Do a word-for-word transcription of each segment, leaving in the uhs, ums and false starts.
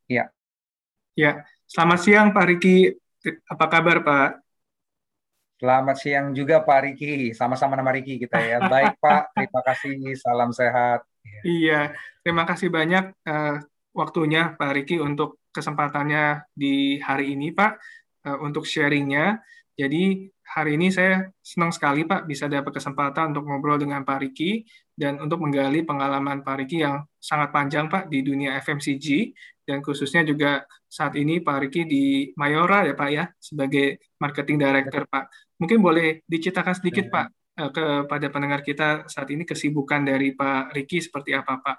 Ya, Ya, selamat siang Pak Riki. Apa kabar Pak? selamat siang juga Pak Riki. Sama-sama nama Riki kita ya. Baik Pak, terima kasih. Salam sehat. Iya, terima kasih banyak eh, waktunya Pak Riki untuk kesempatannya di hari ini Pak, eh, untuk sharingnya. Jadi hari ini saya senang sekali Pak bisa dapat kesempatan untuk ngobrol dengan Pak Riki dan untuk menggali pengalaman Pak Riki yang sangat panjang Pak di dunia F M C G dan khususnya juga saat ini Pak Riki di Mayora ya Pak ya sebagai marketing director Pak. Mungkin boleh diceritakan sedikit Pak Betul. eh, kepada pendengar kita saat ini kesibukan dari Pak Riki seperti apa, Pak?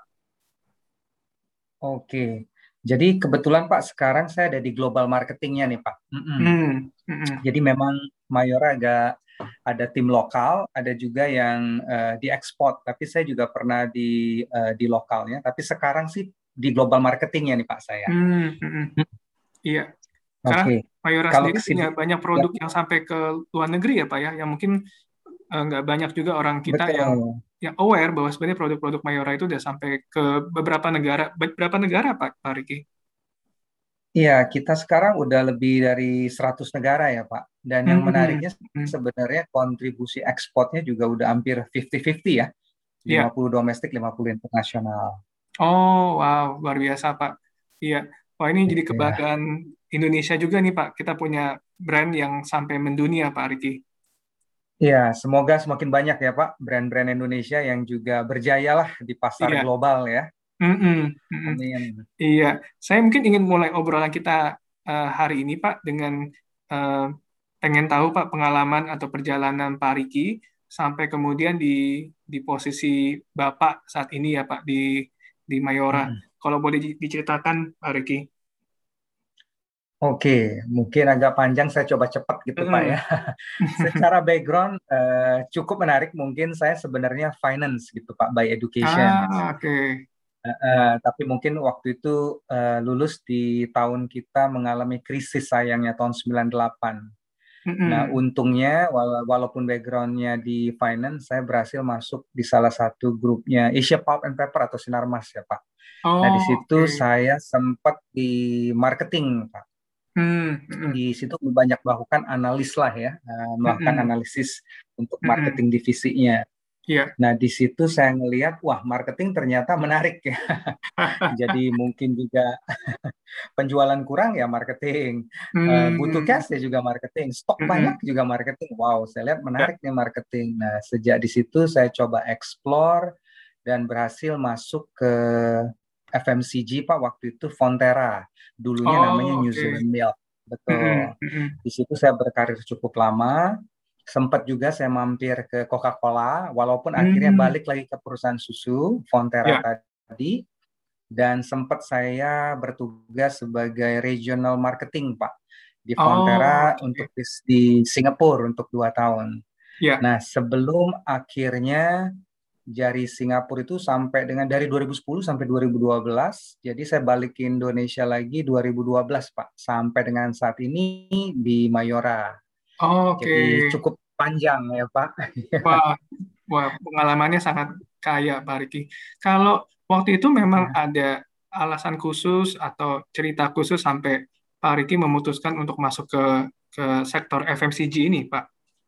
Oke. Jadi kebetulan Pak, sekarang saya ada di global marketingnya nih Pak. Mm-mm. Hmm, hmm, Jadi memang Mayora agak ada tim lokal, ada juga yang eh, diekspor. Tapi saya juga pernah di eh, di lokalnya. Tapi sekarang sih di global marketingnya nih Pak saya. hmm, hmm, hmm. Iya, karena Oke. Mayora Kalau sendiri punya kesibuk, banyak ya produk yang sampai ke luar negeri ya, Pak ya, yang mungkin eh, nggak banyak juga orang kita yang betul. yang aware bahwa sebenarnya produk-produk Mayora itu udah sampai ke beberapa negara. Beberapa negara, Pak, Pak Riki? Iya, kita sekarang udah lebih dari seratus negara ya, Pak. Dan yang Hmm, menariknya hmm. sebenarnya kontribusi ekspornya juga udah hampir lima puluh lima puluh ya. lima Iya. puluh domestik, lima puluh internasional. Oh, wow, luar biasa, Pak. Iya. Wah, ini jadi Iya. kebanggaan Indonesia juga nih, Pak. Kita punya brand yang sampai mendunia, Pak Riki. Iya, semoga semakin banyak ya, Pak, brand-brand Indonesia yang juga berjaya lah di pasar Iya. global ya. Mm-mm, mm-mm. Amin. Iya, saya mungkin ingin mulai obrolan kita eh, hari ini, Pak, dengan eh, pengen tahu, Pak, pengalaman atau perjalanan Pak Riki sampai kemudian di di posisi Bapak saat ini ya, Pak, di di Mayora. Mm-mm. Kalau boleh di- diceritakan, Pak Riki. Oke, mungkin agak panjang saya coba cepat gitu, Pak ya. Mm-mm. Secara background eh, cukup menarik, mungkin saya sebenarnya finance gitu, Pak, by education. Ah, oke. Eh, tapi mungkin waktu itu eh, lulus di tahun kita mengalami krisis sayangnya tahun sembilan puluh delapan. Nah, Mm-mm. untungnya wala- walaupun backgroundnya di finance, saya berhasil masuk di salah satu grupnya Asia Pulp and Paper atau Sinarmas ya, Pak. Nah, di Oh, situ oke. saya sempat di marketing, Pak. Hmm, mm-mm. Di situ banyak melakukan analis lah ya, eh, melakukan Mm-mm. analisis untuk Mm-mm. marketing divisinya. Iya. Nah, di situ saya ngelihat, wah, marketing ternyata menarik ya. Jadi mungkin juga penjualan kurang ya marketing. Eh, butuh Hmm, cash ya juga marketing. Stok banyak mm-mm. juga marketing. Wow, saya lihat Ya. menarik nih marketing. Nah, sejak di situ saya coba explore dan berhasil masuk ke F M C G Pak waktu itu Fonterra. Dulunya namanya Oh, New oke. Zealand Milk. Betul. Mm-mm. Mm-mm. Di situ saya berkarir cukup lama. Sempat juga saya mampir ke Coca-Cola, walaupun akhirnya Hmm, balik lagi ke perusahaan susu Fonterra ya. tadi dan sempat saya bertugas sebagai regional marketing, Pak, di Oh, Fonterra oke. untuk di, di Singapura untuk dua tahun. Ya. Nah, sebelum akhirnya dari Singapura itu sampai dengan dari dua ribu sepuluh sampai dua ribu dua belas, jadi saya balik ke Indonesia lagi dua ribu dua belas, Pak, sampai dengan saat ini di Mayora. Oke. Jadi cukup panjang ya, Pak. Wah, wah, pengalamannya sangat kaya, Pak Riki. Kalau waktu itu memang ada alasan khusus atau cerita khusus sampai Pak Riki memutuskan untuk masuk ke ke sektor F M C G ini, Pak.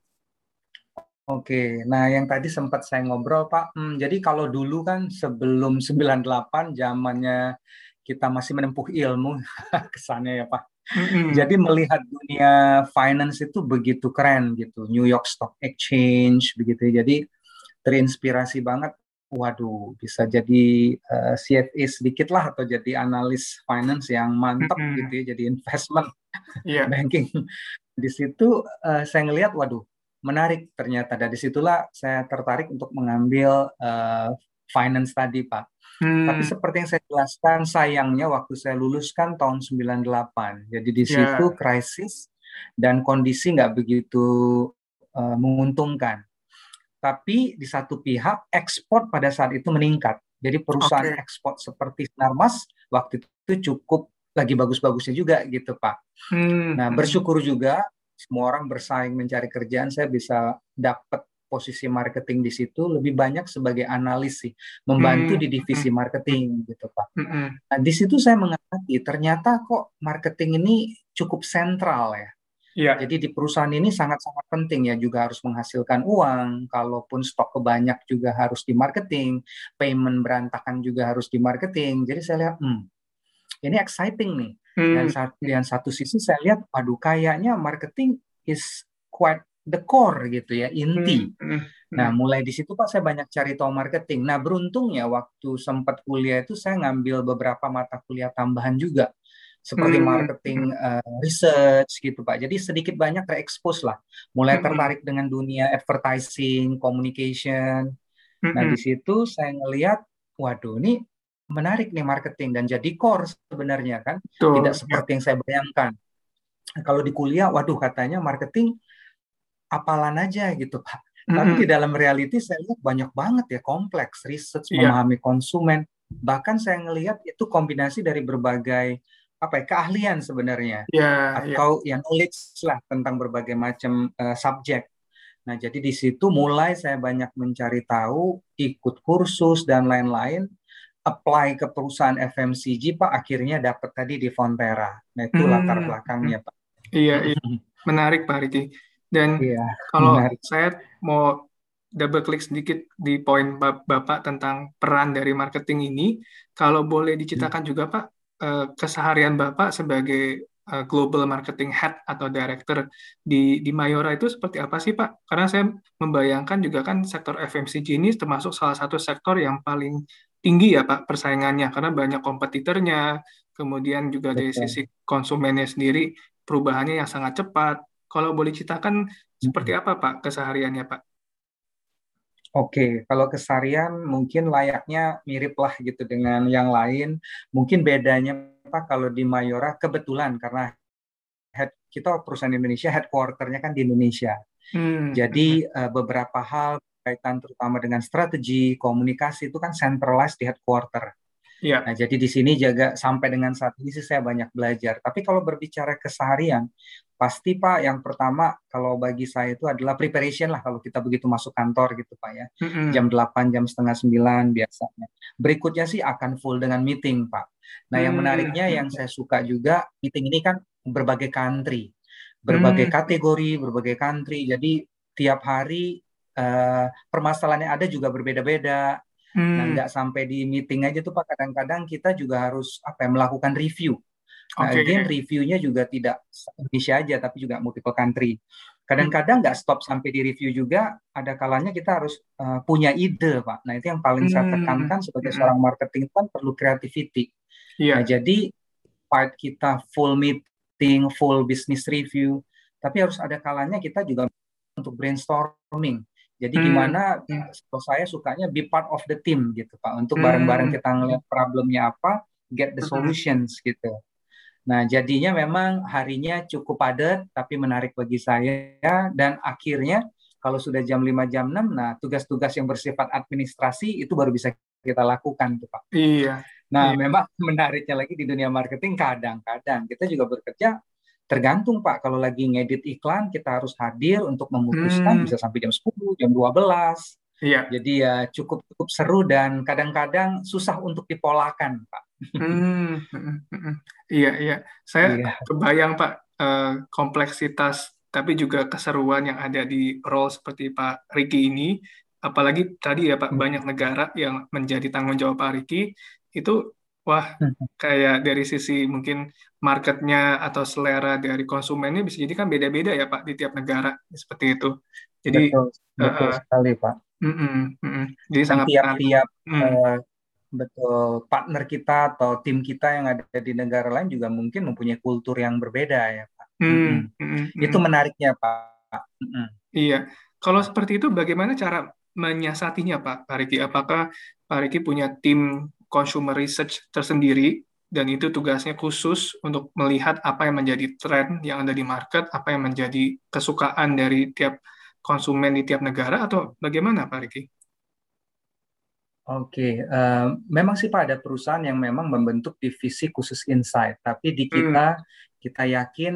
Oke, nah yang tadi sempat saya ngobrol Pak, hmm, jadi kalau dulu kan sebelum sembilan puluh delapan zamannya kita masih menempuh ilmu kesannya ya Pak. Mm-mm. Jadi melihat dunia finance itu begitu keren gitu, New York Stock Exchange begitu ya. Jadi terinspirasi banget. Waduh, bisa jadi eh, C F A sedikit lah atau jadi analis finance yang mantep gitu Mm-mm. ya, jadi investment Iya. banking. Di situ eh, saya ngelihat, waduh, menarik ternyata. Dari situlah saya tertarik untuk mengambil eh, finance tadi, Pak. Tapi Hmm. seperti yang saya jelaskan, sayangnya waktu saya lulus kan tahun sembilan puluh delapan. Jadi di situ Ya. krisis dan kondisi nggak begitu eh, menguntungkan. Tapi di satu pihak ekspor pada saat itu meningkat. Jadi perusahaan Oke. ekspor seperti Sinarmas waktu itu cukup lagi bagus-bagusnya juga gitu, Pak. Hmm. Nah, Mm-mm. bersyukur juga semua orang bersaing mencari kerjaan, saya bisa dapat posisi marketing di situ lebih banyak sebagai analis sih, membantu Hmm, di divisi hmm, marketing gitu Pak. hmm, hmm. Nah, di situ saya mengamati ternyata kok marketing ini cukup sentral ya. Iya. Jadi di perusahaan ini sangat-sangat penting ya, juga harus menghasilkan uang, kalaupun stok kebanyak juga harus di marketing, payment berantakan juga harus di marketing. Jadi saya lihat, hmm, ini exciting nih. Dan Hmm, saat hmm, dan satu sisi saya lihat, waduh kayaknya marketing is quite the core gitu ya, hmm, inti. hmm, Nah, hmm, mulai di situ Pak saya banyak cari tahu marketing. Nah, beruntungnya waktu sempat kuliah itu saya ngambil beberapa mata kuliah tambahan juga, seperti hmm, marketing eh, research gitu Pak. Jadi sedikit banyak terekspos lah. Mulai hmm, tertarik dengan dunia advertising, communication. hmm, Nah, di hmm. situ saya ngelihat, waduh, ini menarik nih marketing dan jadi core sebenarnya kan. Tidak Betul. Ya. seperti yang saya bayangkan. Kalau di kuliah, waduh katanya marketing apalan aja gitu Pak. Hmm, Tapi di hmm. dalam reality saya lihat banyak banget ya, kompleks, research, Iya. memahami konsumen. Bahkan saya ngelihat itu kombinasi dari berbagai apa ya, keahlian sebenarnya, Ya, ya. atau ya knowledge lah tentang berbagai macam eh, subjek. Nah, jadi di situ mulai saya banyak mencari tahu, ikut kursus dan lain-lain, apply ke perusahaan F M C G Pak, akhirnya dapat tadi di Fonterra. Nah, itu latar Hmm, hmm. belakangnya Pak. Iya, iya. Menarik, Pak Riki. Dan Iya, kalau menarik. saya mau double klik sedikit di poin Bap- Bapak tentang peran dari marketing ini, kalau boleh diceritakan juga, Pak, eh, keseharian Bapak sebagai eh, Global Marketing Head atau Director di, di Mayora itu seperti apa sih, Pak? Karena saya membayangkan juga kan sektor F M C G ini termasuk salah satu sektor yang paling tinggi ya, Pak, persaingannya, karena banyak kompetitornya, kemudian juga dari sisi Betul. konsumennya sendiri, perubahannya yang sangat cepat. Kalau boleh ceritakan seperti Mm-mm. apa, Pak, kesehariannya, Pak? Oke, kalau kesarian mungkin layaknya mirip lah gitu dengan yang lain. Mungkin bedanya Pak kalau di Mayora kebetulan karena head kita perusahaan Indonesia, headquarternya kan di Indonesia. Hmm, Jadi hmm, eh, beberapa hal kaitan terutama dengan strategi, komunikasi itu kan centralized di headquarter. ya. Nah, jadi di sini juga sampai dengan saat ini sih saya banyak belajar. Tapi kalau berbicara keseharian, pasti Pak yang pertama kalau bagi saya itu adalah preparation lah kalau kita begitu masuk kantor gitu Pak ya. Hmm, hmm, Jam delapan, jam setengah sembilan biasanya. Berikutnya sih akan full dengan meeting Pak. Nah, yang hmm, menariknya yang hmm, saya suka juga meeting ini kan berbagai country, berbagai hmm, kategori, berbagai country. Jadi tiap hari eh, permasalahan yang ada juga berbeda-beda. Nah, hmm. nggak sampai di meeting aja tuh Pak, kadang-kadang kita juga harus apa ya, melakukan review. Nah, Oke. again reviewnya juga tidak Indonesia aja, tapi juga multiple country. Hmm, Kadang-kadang nggak stop sampai di review juga, ada kalanya kita harus uh, punya ide, Pak. Nah, itu yang paling saya hmm, tekankan sebagai hmm. seorang marketing kan perlu creativity. Nah, Iya. jadi part kita full meeting, full business review, tapi harus ada kalanya kita juga untuk brainstorming. Jadi Hmm, gimana hmm, kalau saya sukanya be part of the team gitu Pak, untuk bareng-bareng hmm, kita ngeliat problemnya apa, get the hmm. solutions gitu. Nah, jadinya memang harinya cukup padat tapi menarik bagi saya dan akhirnya kalau sudah jam lima jam enam, nah tugas-tugas yang bersifat administrasi itu baru bisa kita lakukan tuh Pak. Iya. Nah, Iya. memang menariknya lagi di dunia marketing kadang-kadang kita juga bekerja tergantung Pak. Kalau lagi ngedit iklan kita harus hadir untuk memutuskan Hmm, bisa sampai jam sepuluh, jam dua belas. iya. Jadi ya cukup cukup seru dan kadang-kadang susah untuk dipolakan Pak. Hmm, hmm, hmm. Iya, iya. Saya Iya. kebayang, Pak, eh, kompleksitas tapi juga keseruan yang ada di role seperti Pak Riki ini. Apalagi tadi ya, Pak, banyak negara yang menjadi tanggung jawab Pak Riki. Itu, wah, kayak dari sisi mungkin marketnya atau selera dari konsumennya bisa jadi kan beda-beda ya, Pak, di tiap negara. Seperti itu. Jadi, Betul, eh, betul eh, sekali Pak. mm, mm, mm, mm. Jadi Dan sangat menarik. tiap-tiap Hmm, eh, betul partner kita atau tim kita yang ada di negara lain juga mungkin mempunyai kultur yang berbeda ya Pak. Mm-mm. hmm, mm, Itu mm. menariknya Pak. Mm-mm. Iya, kalau seperti itu bagaimana cara menyiasatinya, Pak Pak Riki? Apakah Pak Riki punya tim consumer research tersendiri dan itu tugasnya khusus untuk melihat apa yang menjadi tren yang ada di market, apa yang menjadi kesukaan dari tiap konsumen di tiap negara, atau bagaimana, Pak Riki? Oke, eh, memang sih Pak ada perusahaan yang memang membentuk divisi khusus insight, tapi di Hmm, kita kita yakin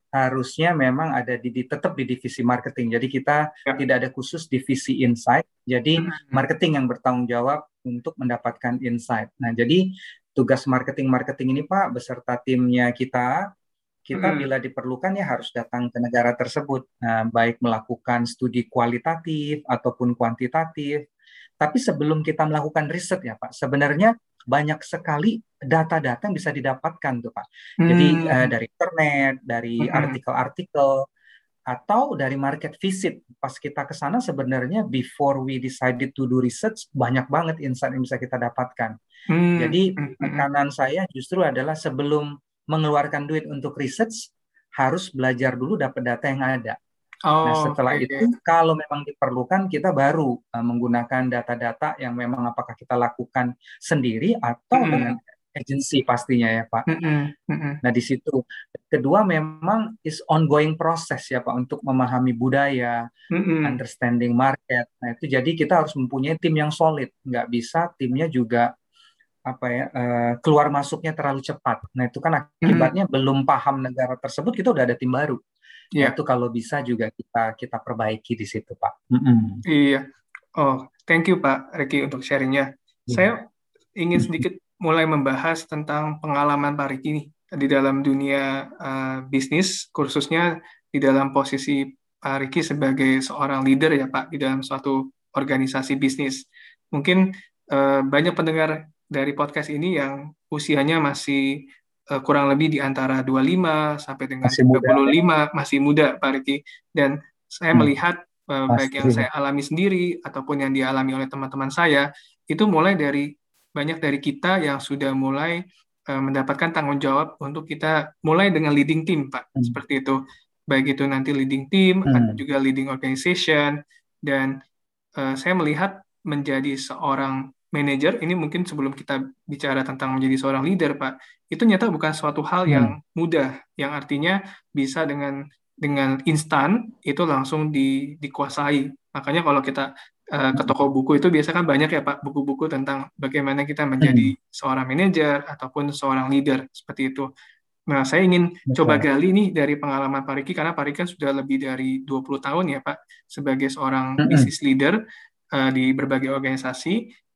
harusnya memang ada di, di tetap di divisi marketing. Jadi kita Ya. tidak ada khusus divisi insight. Jadi Mm-mm. marketing yang bertanggung jawab untuk mendapatkan insight. Nah, jadi tugas marketing-marketing ini Pak beserta timnya kita, kita Mm-mm. bila diperlukan ya harus datang ke negara tersebut. Nah, baik melakukan studi kualitatif ataupun kuantitatif. Tapi sebelum kita melakukan riset ya Pak, sebenarnya banyak sekali data-data yang bisa didapatkan tuh Pak. Jadi eh, Mm. dari internet, dari Mm-mm. artikel-artikel, atau dari market visit. Pas kita ke sana sebenarnya before we decided to do research, banyak banget insight yang bisa kita dapatkan. Mm. Jadi Mm-mm. tekanan saya justru adalah sebelum mengeluarkan duit untuk research, harus belajar dulu dapat data yang ada. Nah, Oh, setelah oke. itu, kalau memang diperlukan, kita baru uh, menggunakan data-data yang memang apakah kita lakukan sendiri atau dengan Mm-mm. agensi pastinya ya, Pak. Mm-mm. Mm-mm. Nah, di situ. Kedua, memang is ongoing proses ya, Pak, untuk memahami budaya, Mm-mm. understanding market. Nah, itu jadi kita harus mempunyai tim yang solid. Nggak bisa timnya juga apa ya uh, keluar masuknya terlalu cepat. Nah, itu kan Mm-mm. akibatnya belum paham negara tersebut, kita udah ada tim baru. Nah, Ya, itu kalau bisa juga kita kita perbaiki di situ, Pak. Mm-mm. iya. Oh, thank you Pak Ricky untuk sharingnya. Saya Iya. ingin sedikit mulai membahas tentang pengalaman Pak Ricky nih di dalam dunia uh, bisnis, khususnya di dalam posisi Pak Ricky sebagai seorang leader ya Pak di dalam suatu organisasi bisnis. Mungkin uh, banyak pendengar dari podcast ini yang usianya masih uh, kurang lebih di antara dua puluh lima sampai dengan Masih tiga muda puluh ya. lima, masih muda Pak Ricky. Dan saya Hmm, melihat eh, baik yang pasti. saya alami sendiri ataupun yang dialami oleh teman-teman saya, itu mulai dari banyak dari kita yang sudah mulai eh, mendapatkan tanggung jawab untuk kita mulai dengan leading team, Pak. Hmm. Seperti itu. Baik itu nanti leading team, ada Hmm. juga leading organization, dan eh, saya melihat menjadi seorang manajer, ini mungkin sebelum kita bicara tentang menjadi seorang leader, Pak, itu nyata bukan suatu hal yang Hmm. mudah, yang artinya bisa dengan dengan instan itu langsung di, dikuasai. Makanya kalau kita eh, ke toko buku itu biasanya kan banyak ya Pak buku-buku tentang bagaimana kita menjadi Hmm. seorang manajer ataupun seorang leader seperti itu. Nah, saya ingin coba Betul. gali nih dari pengalaman Pak Riki, karena Pak Riki kan sudah lebih dari dua puluh tahun ya Pak sebagai seorang Hmm. business leader eh, di berbagai organisasi.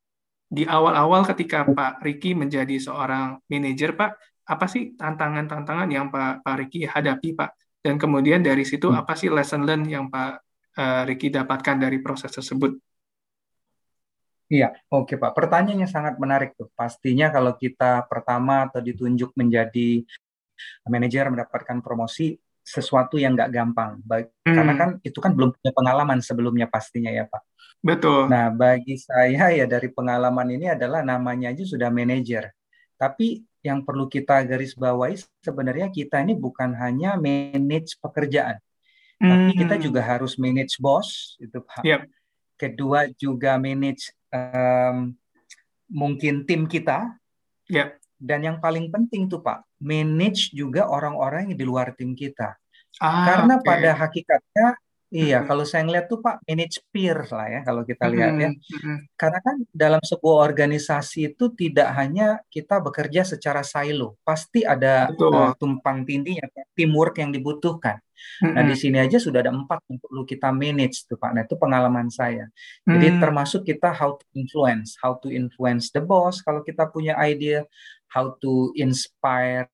Di awal-awal ketika Pak Riki menjadi seorang manajer, Pak, apa sih tantangan-tantangan yang Pak, Pak Riki hadapi, Pak? Dan kemudian dari situ Hmm. apa sih lesson learn yang Pak eh, Riki dapatkan dari proses tersebut? Iya, oke Pak. Pertanyaannya sangat menarik tuh. Pastinya kalau kita pertama atau ditunjuk menjadi manajer mendapatkan promosi sesuatu yang nggak gampang. Baik, karena Hmm, kan itu kan belum punya pengalaman sebelumnya pastinya ya Pak. betul. Nah, bagi saya ya dari pengalaman ini adalah namanya aja sudah manajer. Tapi yang perlu kita garis bawahi sebenarnya kita ini bukan hanya manage pekerjaan, tapi kita Hmm, juga harus manage bos, itu Pak. ya, Kedua juga manage em, mungkin tim kita, ya. dan yang paling penting tuh Pak, manage juga orang-orang yang di luar tim kita. Ah, Karena pada oke. hakikatnya, iya Hmm, kalau saya ngeliat tuh Pak, manage peer lah ya kalau kita lihat ya. hmm, hmm, Karena kan dalam sebuah organisasi itu tidak hanya kita bekerja secara silo, pasti ada uh, betul. tumpang tindihnya, teamwork yang dibutuhkan. Nah, di Hmm, sini aja sudah ada empat yang perlu kita manage tuh Pak. Nah, itu pengalaman saya. Jadi hmm, termasuk kita how to influence, how to influence the boss kalau kita punya idea, how to inspire,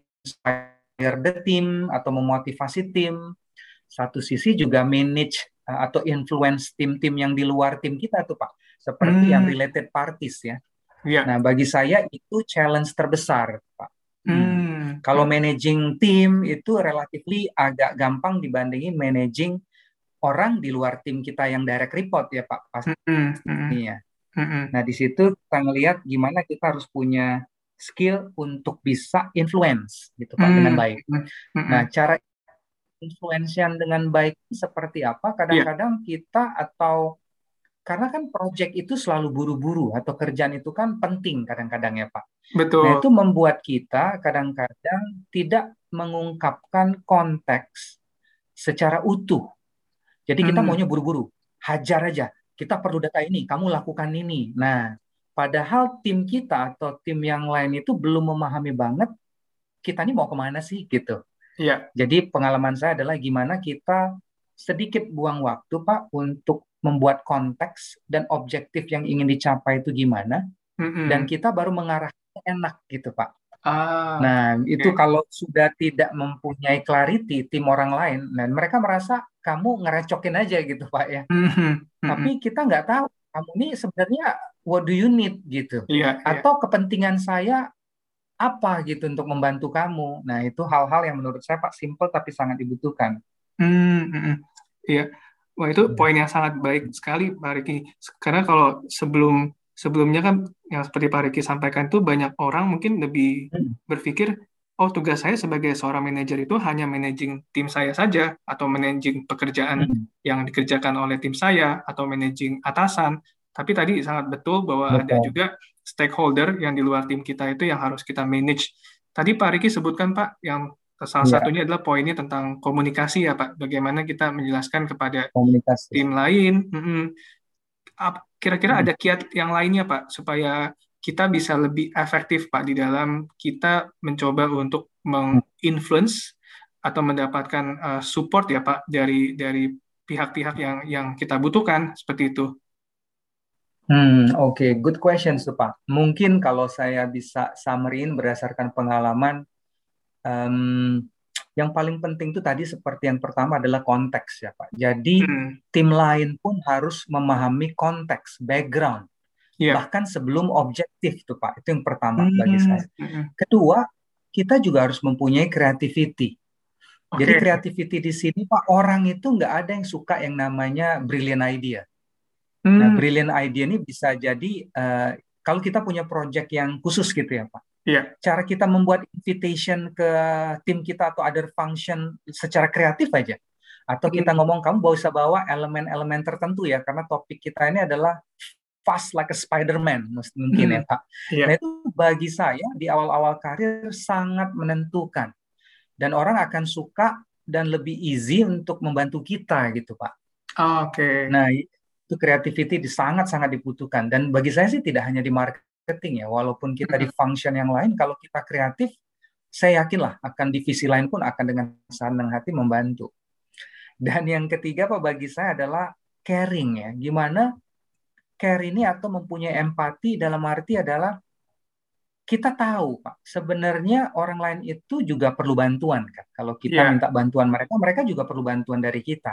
inspire the team atau memotivasi tim. Satu sisi juga manage uh, atau influence tim-tim yang di luar tim kita tuh Pak, seperti yang hmm, related parties ya. ya. Nah, bagi saya itu challenge terbesar, Pak. Hmm. Hmm, Kalau hmm, managing tim itu relatively agak gampang dibandingin managing orang di luar tim kita yang direct report ya Pak hmm, hmm, hmm, pastinya. hmm, Nah, di situ kita ngelihat gimana kita harus punya skill untuk bisa influence gitu Pak dengan hmm, baik. hmm, hmm, hmm. Nah, cara influence yang dengan baik itu seperti apa? Ya, Kadang-kadang kita atau karena kan project itu selalu buru-buru atau kerjaan itu kan penting kadang-kadang ya Pak. Nah, itu betul. membuat kita kadang-kadang tidak mengungkapkan konteks secara utuh. Jadi kita Hmm, maunya buru-buru, hajar aja. Kita perlu data ini, kamu lakukan ini. Nah, padahal tim kita atau tim yang lain itu belum memahami banget kita ini mau kemana sih gitu. Iya. Jadi pengalaman saya adalah gimana kita sedikit buang waktu Pak untuk membuat konteks dan objektif yang ingin dicapai itu gimana, dan Mm-mm. kita baru mengarahnya enak gitu Pak. Ah, Nah, itu oke. kalau sudah tidak mempunyai clarity tim orang lain, dan mereka merasa kamu ngerecokin aja gitu Pak ya. Mhm, Tapi mhm. kita nggak tahu kamu ini sebenarnya what do you need gitu. Iya, iya. Atau kepentingan saya apa gitu untuk membantu kamu. Nah, itu hal-hal yang menurut saya Pak simple tapi sangat dibutuhkan. Hmm, mhm. Iya. Wah, itu Ya. poin yang sangat baik sekali, Pak Riki. Karena kalau sebelum sebelumnya kan yang seperti Pak Riki sampaikan itu banyak orang mungkin lebih Hmm. berpikir, oh tugas saya sebagai seorang manajer itu hanya managing tim saya saja, atau managing pekerjaan Hmm. yang dikerjakan oleh tim saya, atau managing atasan. Tapi tadi sangat betul bahwa ada Betul. juga stakeholder yang di luar tim kita itu yang harus kita manage. Tadi Pak Riki sebutkan, Pak, yang salah Ya, satunya adalah poinnya tentang komunikasi ya Pak. Bagaimana kita menjelaskan kepada komunikasi. tim lain. Mm-mm. Ap- Kira-kira Hmm. ada kiat yang lainnya Pak supaya kita bisa lebih efektif Pak di dalam kita mencoba untuk Hmm. menginfluence atau mendapatkan uh, support ya Pak dari dari pihak-pihak yang yang kita butuhkan seperti itu. Hmm, oke, good question, tuh, Pak. Mungkin kalau saya bisa summaryin berdasarkan pengalaman, em, yang paling penting itu tadi seperti yang pertama adalah konteks ya, Pak. Jadi Hmm, tim lain pun harus memahami konteks, background, ya. bahkan sebelum objektif tuh, Pak. Itu yang pertama bagi Hmm, saya. mm-mm. Kedua, kita juga harus mempunyai creativity. Jadi Oke. creativity di sini, Pak, orang itu nggak ada yang suka yang namanya brilliant idea. Nah, Hmm, brilliant idea ini bisa jadi eh, kalau kita punya project yang khusus gitu ya, Pak. ya. Cara kita membuat invitation ke tim kita atau other function secara kreatif aja. Atau kita Hmm, ngomong kamu bisa bawa elemen-elemen tertentu ya, karena topik kita ini adalah fast like a Spider-Man mungkin ya, hmm, Pak. Nah, ya. itu bagi saya di awal-awal karir sangat menentukan, dan orang akan suka dan lebih easy untuk membantu kita gitu, Pak. Oke. Nah, itu creativity di- sangat-sangat dibutuhkan. Dan bagi saya sih tidak hanya di marketing ya, walaupun kita di Hmm, function yang lain, kalau kita kreatif, saya yakinlah akan divisi lain pun akan dengan senang hati membantu. Dan yang ketiga Pak bagi saya adalah caring ya. Gimana care ini atau mempunyai empati dalam arti adalah kita tahu Pak, sebenarnya orang lain itu juga perlu bantuan kan. Kalau kita ya. minta bantuan mereka, mereka juga perlu bantuan dari kita.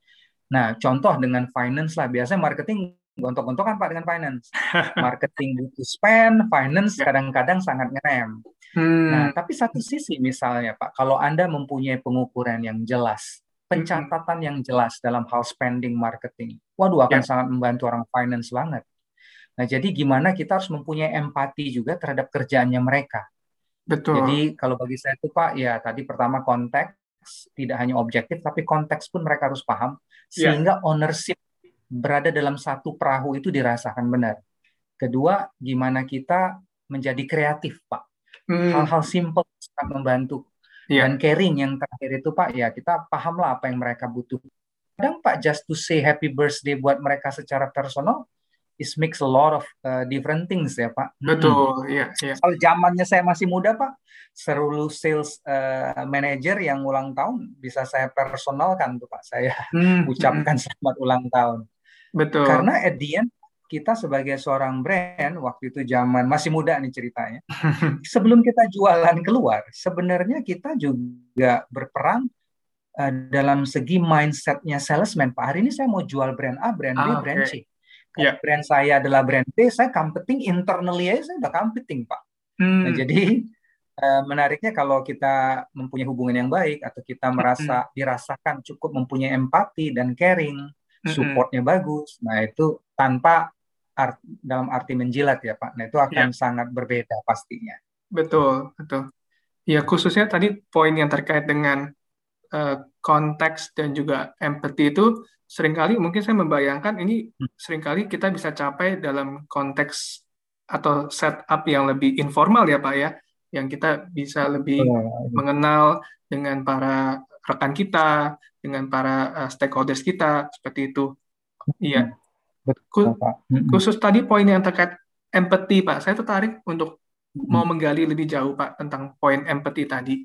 Nah, contoh dengan finance lah. Biasanya marketing gontok-gontokan Pak dengan finance. Marketing butuh spend, finance Ya. kadang-kadang sangat ngerem. Nah, Hmm, tapi satu sisi misalnya Pak, kalau Anda mempunyai pengukuran yang jelas, mm-mm. pencatatan yang jelas dalam hal spending marketing, waduh akan Ya, sangat membantu orang finance banget. Nah, jadi gimana kita harus mempunyai empati juga terhadap kerjaannya mereka. betul. Jadi kalau bagi saya itu Pak, ya tadi pertama konteks, tidak hanya objektif, tapi konteks pun mereka harus paham, Ya. sehingga ownership berada dalam satu perahu itu dirasakan benar. Kedua, gimana kita menjadi kreatif, Pak. Hmm, Hal-hal simple sangat membantu. Dan ya. caring yang terakhir itu, Pak, ya kita pahamlah apa yang mereka butuh. Kadang, Pak, just to say happy birthday buat mereka secara personal, it makes a lot of uh, different things ya, Pak. Mm-mm. Betul, ya, ya. Kalau zamannya saya masih muda, Pak, seluruh sales uh, manager yang ulang tahun bisa saya personalkan tuh, Pak. Saya Hmm, mm-mm. ucapkan selamat ulang tahun. Betul. Karena at the end, kita sebagai seorang brand, waktu itu zaman masih muda nih ceritanya, sebelum kita jualan keluar, sebenarnya kita juga berperan uh, dalam segi mindsetnya salesman. Pak, hari ini saya mau jual brand A, brand B, Ah, brand oke. C. Kalau Ya. brand saya adalah brand B, saya competing internally aja, saya udah competing, Pak. Nah, Hmm, jadi eh, menariknya kalau kita mempunyai hubungan yang baik atau kita mm-mm. merasa dirasakan cukup mempunyai empati dan caring, Mm-mm. supportnya bagus. Nah, itu tanpa art, dalam arti menjilat ya, Pak. Nah, itu akan Ya, sangat berbeda pastinya. betul, betul. Ya, khususnya tadi poin yang terkait dengan eh, konteks dan juga empathy itu seringkali mungkin saya membayangkan ini seringkali kita bisa capai dalam konteks atau setup yang lebih informal ya Pak ya, yang kita bisa lebih Oh, mengenal dengan para rekan kita, dengan para eh, stakeholders kita seperti itu. Iya, betul, Khu- Pak. Mm-mm. khusus tadi poin yang terkait empathy Pak, saya tertarik untuk mau Mm-mm. menggali lebih jauh Pak tentang poin empathy tadi.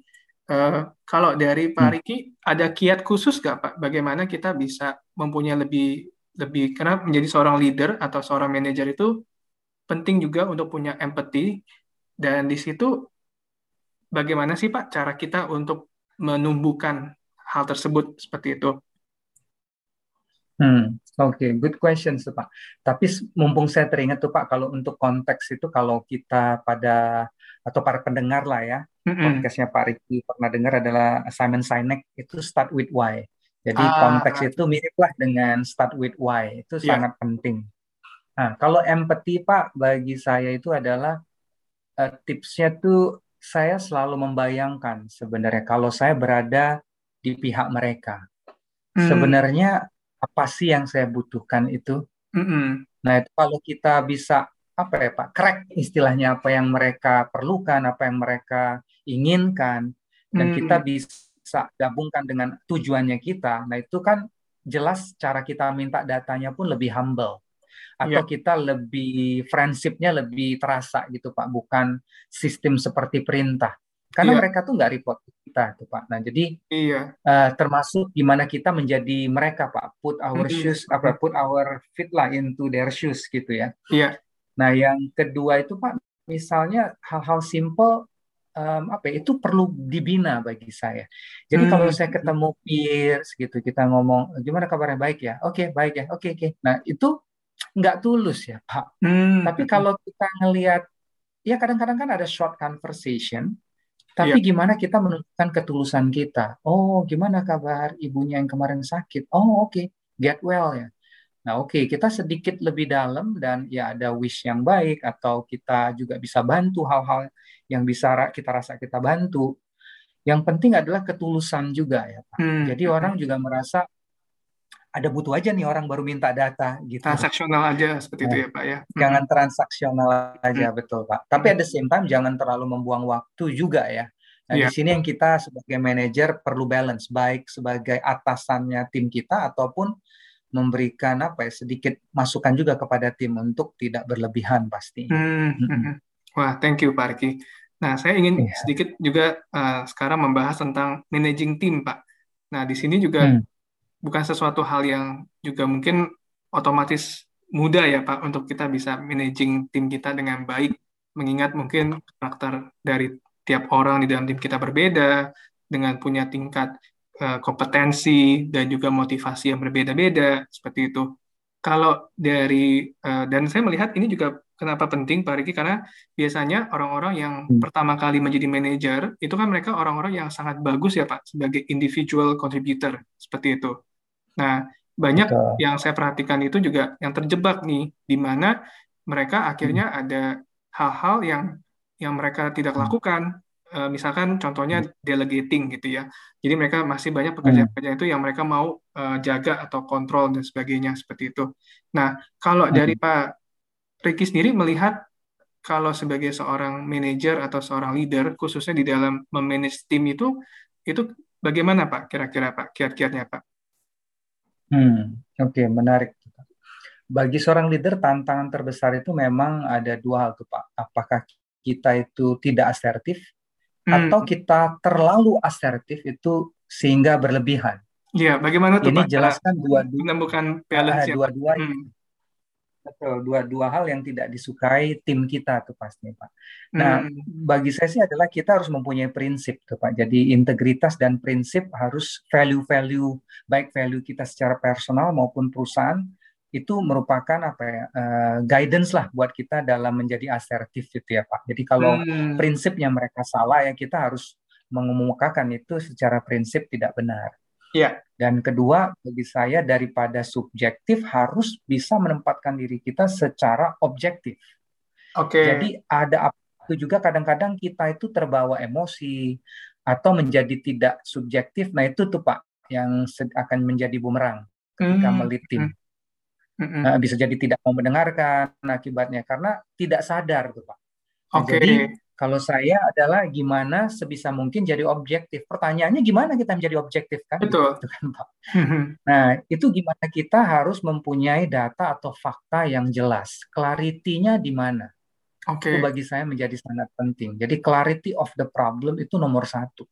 Eh, kalau dari Pak Hmm. Riki ada kiat khusus nggak Pak? Bagaimana kita bisa mempunyai lebih lebih karena menjadi seorang leader atau seorang manajer itu penting juga untuk punya empati dan di situ bagaimana sih Pak cara kita untuk menumbuhkan hal tersebut seperti itu? Hmm, Oke, good question tuh Pak. Tapi s- mumpung saya teringat tuh Pak, kalau untuk konteks itu kalau kita pada atau para pendengar lah ya, Mm-mm. podcastnya Pak Riki pernah dengar adalah Simon Sinek itu Start with Why. Jadi konteks Ah, itu miriplah dengan Start with Why, itu ya. sangat penting. Nah, kalau empathy Pak bagi saya itu adalah eh, tipsnya tuh saya selalu membayangkan sebenarnya kalau saya berada di pihak mereka. Hmm, Sebenarnya apa sih yang saya butuhkan itu? mm-mm. Nah, itu kalau kita bisa apa ya Pak, crack istilahnya apa yang mereka perlukan, apa yang mereka inginkan, dan kita Hmm, bisa gabungkan dengan tujuannya kita. Nah, itu kan jelas cara kita minta datanya pun lebih humble atau ya, kita lebih friendship-nya lebih terasa gitu Pak, bukan sistem seperti perintah. Karena iya, mereka tuh nggak report ke kita tuh Pak. Nah, jadi iya. eh, termasuk gimana kita menjadi mereka Pak, put our Mm-mm, shoes apa mm-mm. put our feet lah into their shoes gitu ya. Iya. Nah, yang kedua itu Pak, misalnya hal-hal simple em, apa ya, itu perlu dibina bagi saya. Jadi kalau Hmm, saya mm-mm. ketemu peers gitu, kita ngomong gimana kabarnya, baik ya, oke baik ya, oke oke. Nah itu nggak tulus ya Pak. Hmm, Tapi mm-mm. kalau kita ngelihat, ya kadang-kadang kan ada short conversation, tapi Iya. gimana kita menunjukkan ketulusan kita? Oh, gimana kabar ibunya yang kemarin sakit? Oh, oke, get well ya. Nah, oke, kita sedikit lebih dalam dan ya ada wish yang baik atau kita juga bisa bantu hal-hal yang bisa ra- kita rasa kita bantu. Yang penting adalah ketulusan juga ya, Pak. Hmm, Jadi mm-mm. orang juga merasa ada butuh aja nih orang baru minta data gitu. Transaksional aja seperti itu Nah, ya Pak ya. Mm-mm. jangan transaksional aja, Mm-mm. betul Pak. Tapi Mm-mm. at the same time jangan terlalu membuang waktu juga ya. Nah, di Iya. sini yang kita sebagai manajer perlu balance, baik sebagai atasannya tim kita ataupun memberikan apa ya sedikit masukan juga kepada tim untuk tidak berlebihan pastinya. Hmm, Mm-mm. mm-mm. Wah, thank you Pak Arki. Nah, saya ingin Iya. sedikit juga eh, sekarang membahas tentang managing tim, Pak. Nah, di sini juga Hmm. bukan sesuatu hal yang juga mungkin otomatis mudah ya, Pak, untuk kita bisa managing tim kita dengan baik, mengingat mungkin karakter dari tiap orang di dalam tim kita berbeda, dengan punya tingkat eh, kompetensi dan juga motivasi yang berbeda-beda, seperti itu. Kalau dari eh, dan saya melihat ini juga kenapa penting Pak Riki karena biasanya orang-orang yang Hmm. pertama kali menjadi manajer itu kan mereka orang-orang yang sangat bagus ya Pak sebagai individual contributor seperti itu. Nah, banyak Betul. yang saya perhatikan itu juga yang terjebak nih di mana mereka Hmm. akhirnya ada hal-hal yang yang mereka tidak Hmm. lakukan. Eh, misalkan contohnya delegating gitu ya. Jadi mereka masih banyak Hmm. pekerjaan-pekerjaan itu yang mereka mau eh, jaga atau kontrol dan sebagainya seperti itu. Nah, kalau dari Hmm. Pak Ricky sendiri melihat kalau sebagai seorang manajer atau seorang leader, khususnya di dalam memanage tim itu, itu bagaimana Pak? Kira-kira Pak, kiat-kiatnya Pak? Hmm. Oke, menarik. Bagi seorang leader, tantangan terbesar itu memang ada dua hal tuh, Pak. Apakah kita itu tidak asertif Hmm, atau kita terlalu asertif itu sehingga berlebihan. iya, bagaimana tuh Ini Pak cara jelaskan dua-dua, menemukan balance-nya Pak? dua-duanya. Hmm, Betul, dua-dua hal yang tidak disukai tim kita tuh pasti, Pak. Nah, hmm, bagi saya sih adalah kita harus mempunyai prinsip tuh, Pak. Jadi integritas dan prinsip harus value-value, baik value kita secara personal maupun perusahaan, itu merupakan apa ya, eh, guidance lah buat kita dalam menjadi asertif gitu ya, Pak. Jadi kalau hmm, prinsipnya mereka salah ya kita harus mengemukakan itu secara prinsip tidak benar. ya, Dan kedua, bagi saya daripada subjektif harus bisa menempatkan diri kita secara objektif. oke, Jadi ada apa itu juga kadang-kadang kita itu terbawa emosi atau menjadi tidak subjektif. Nah itu tuh Pak yang akan menjadi bumerang ketika hmm, melit hmm, tim. hmm, hmm. Nah, bisa jadi tidak mau mendengarkan akibatnya karena tidak sadar tuh Pak. Nah, Oke, jadi kalau saya adalah gimana sebisa mungkin jadi objektif. Pertanyaannya gimana kita menjadi objektif kan betul. gitu kan Pak. Hmm, hmm. Nah, itu gimana kita harus mempunyai data atau fakta yang jelas. Clarity-nya di mana? Itu Oke, bagi saya menjadi sangat penting. Jadi clarity of the problem itu nomor satu.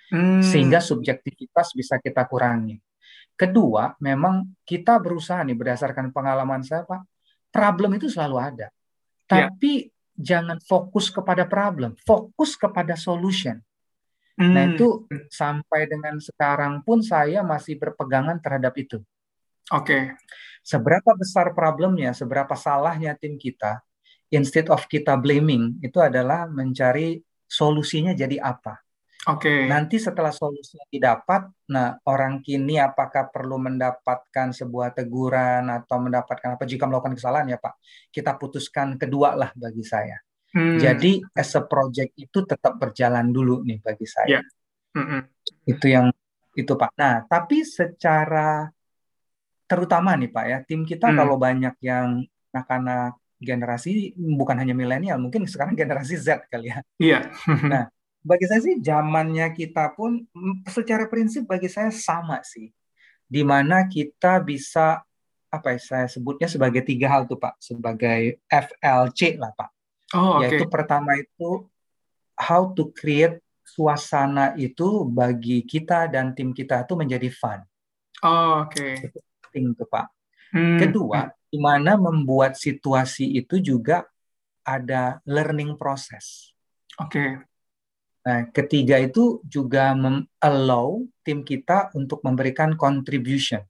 Hmm. sehingga subjektivitas bisa kita kurangi. Kedua, memang kita berusaha nih berdasarkan pengalaman saya, Pak, problem itu selalu ada. Ya. Tapi jangan fokus kepada problem, fokus kepada solution. Nah, Hmm. itu sampai dengan sekarang pun saya masih berpegangan terhadap itu. Oke. Seberapa besar problemnya, seberapa salahnya tim kita, instead of kita blaming, itu adalah mencari solusinya jadi apa. Oke. Nanti setelah solusinya didapat, nah orang kini apakah perlu mendapatkan sebuah teguran atau mendapatkan apa jika melakukan kesalahan ya Pak, kita putuskan kedua lah bagi saya. Hmm. Jadi as a project itu tetap berjalan dulu nih bagi saya. Ya. Mm-mm. Itu yang itu Pak. Nah, tapi secara terutama nih Pak ya, tim kita Hmm. kalau banyak yang anak-anak generasi bukan hanya milenial, mungkin sekarang generasi Z kali ya. Iya. Nah, bagi saya sih zamannya kita pun mm, secara prinsip bagi saya sama sih. Di mana kita bisa apa ya saya sebutnya sebagai tiga hal tuh Pak, sebagai F L C lah Pak. Oh, Yaitu oke. pertama itu how to create suasana itu bagi kita dan tim kita itu menjadi fun. Oh, oke. Itu penting tuh Pak. Hmm. Kedua, Hmm. di mana membuat situasi itu juga ada learning process. Oke. Nah, ketiga itu juga allow tim kita untuk memberikan contribution.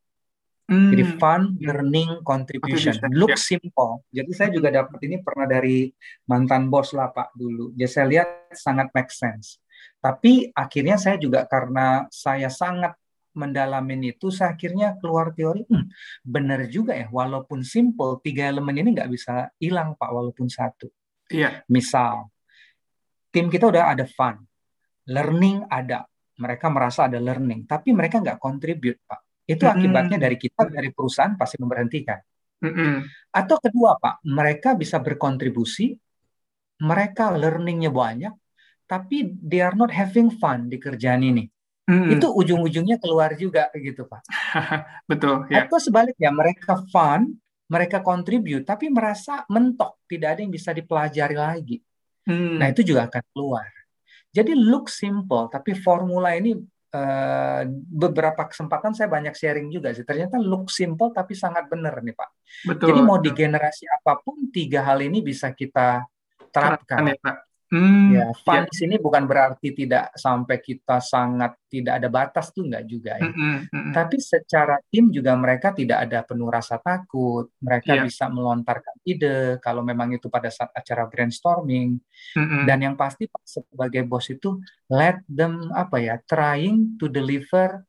Jadi Hmm. fun, Hmm. learning, contribution. Contribution. Look Ya. simple. Jadi saya Hmm. juga dapat ini pernah dari mantan bos lah Pak dulu. Jadi saya lihat sangat make sense. Tapi akhirnya saya juga karena saya sangat mendalamin itu, saya akhirnya keluar teori, hmm, benar juga ya, walaupun simple, tiga elemen ini nggak bisa hilang Pak, walaupun satu. Iya. Misal, tim kita udah ada fun, learning ada, mereka merasa ada learning, tapi mereka nggak contribute, Pak. Itu akibatnya Hmm. dari kita, dari perusahaan pasti memberhentikan. Mm-mm. Atau kedua, Pak, mereka bisa berkontribusi, mereka learningnya banyak, tapi they are not having fun di kerjaan ini. Mm-mm. Itu ujung-ujungnya keluar juga gitu, Pak. Betul, ya. Atau sebaliknya, mereka fun, mereka contribute, tapi merasa mentok, tidak ada yang bisa dipelajari lagi. Nah, Hmm. itu juga akan keluar. Jadi look simple, tapi formula ini eh, beberapa kesempatan saya banyak sharing juga sih. Ternyata look simple tapi sangat benar nih Pak. Jadi Betul, mau di betul. generasi apapun tiga hal ini bisa kita Terapkan terapkan. ya, Pak. Hmm. Ya, Ya. fun di sini bukan berarti tidak sampai kita sangat tidak ada batas tuh enggak juga ya. Mm-mm. Mm-mm. Tapi secara tim juga mereka tidak ada penuh rasa takut. Mereka Iya. bisa melontarkan ide kalau memang itu pada saat acara brainstorming. Mm-mm. Dan yang pasti Pak, sebagai bos itu let them apa ya trying to deliver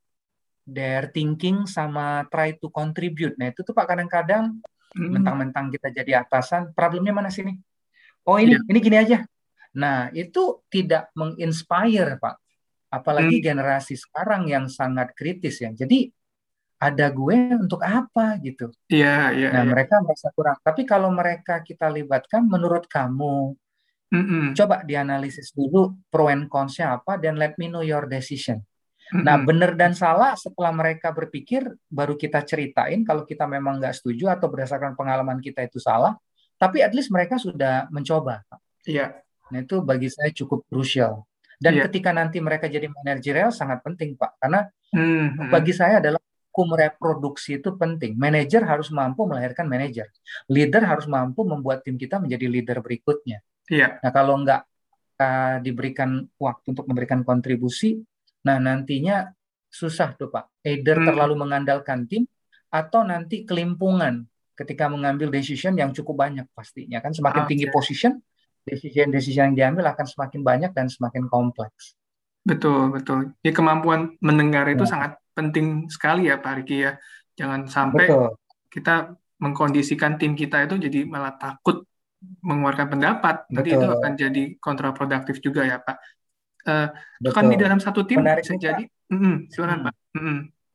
their thinking sama try to contribute. Nah itu tuh Pak kadang-kadang Hmm. mentang-mentang kita jadi atasan, problemnya mana sini? Oh Iya. ini, ini gini aja. Nah itu tidak menginspire Pak. Apalagi Hmm. generasi sekarang yang sangat kritis ya. Jadi ada gue untuk apa gitu. Iya, iya, Nah iya. mereka merasa kurang. Tapi kalau mereka kita libatkan, menurut kamu Mm-mm. coba dianalisis dulu pro and cons-nya apa dan let me know your decision. Nah, Mm-mm. benar dan salah setelah mereka berpikir, baru kita ceritain kalau kita memang nggak setuju atau berdasarkan pengalaman kita itu salah, tapi at least mereka sudah mencoba. Iya. Nah, itu bagi saya cukup krusial. Dan Iya. ketika nanti mereka jadi manajerial sangat penting, Pak. Karena Mm-mm. bagi saya adalah hukum reproduksi itu penting. Manajer harus mampu melahirkan manajer. Leader harus mampu membuat tim kita menjadi leader berikutnya. Iya. Nah, kalau nggak uh, diberikan waktu untuk memberikan kontribusi, nah nantinya susah tuh Pak. Either Mm. terlalu mengandalkan tim atau nanti kelimpungan ketika mengambil decision yang cukup banyak pastinya. Kan semakin tinggi Oke. position, decision-decision yang diambil akan semakin banyak dan semakin kompleks. Betul, betul. Ya, kemampuan mendengar itu Ya, sangat penting sekali ya, Pak Riki ya. Jangan sampai betul, kita mengkondisikan tim kita itu jadi malah takut mengeluarkan pendapat. Nanti itu akan betul, jadi kontraproduktif juga ya, Pak. Eh, kan di betul. dalam satu tim bisa Menariknya Pak, jadi, mm silakan hmm, Pak. Mm-mm.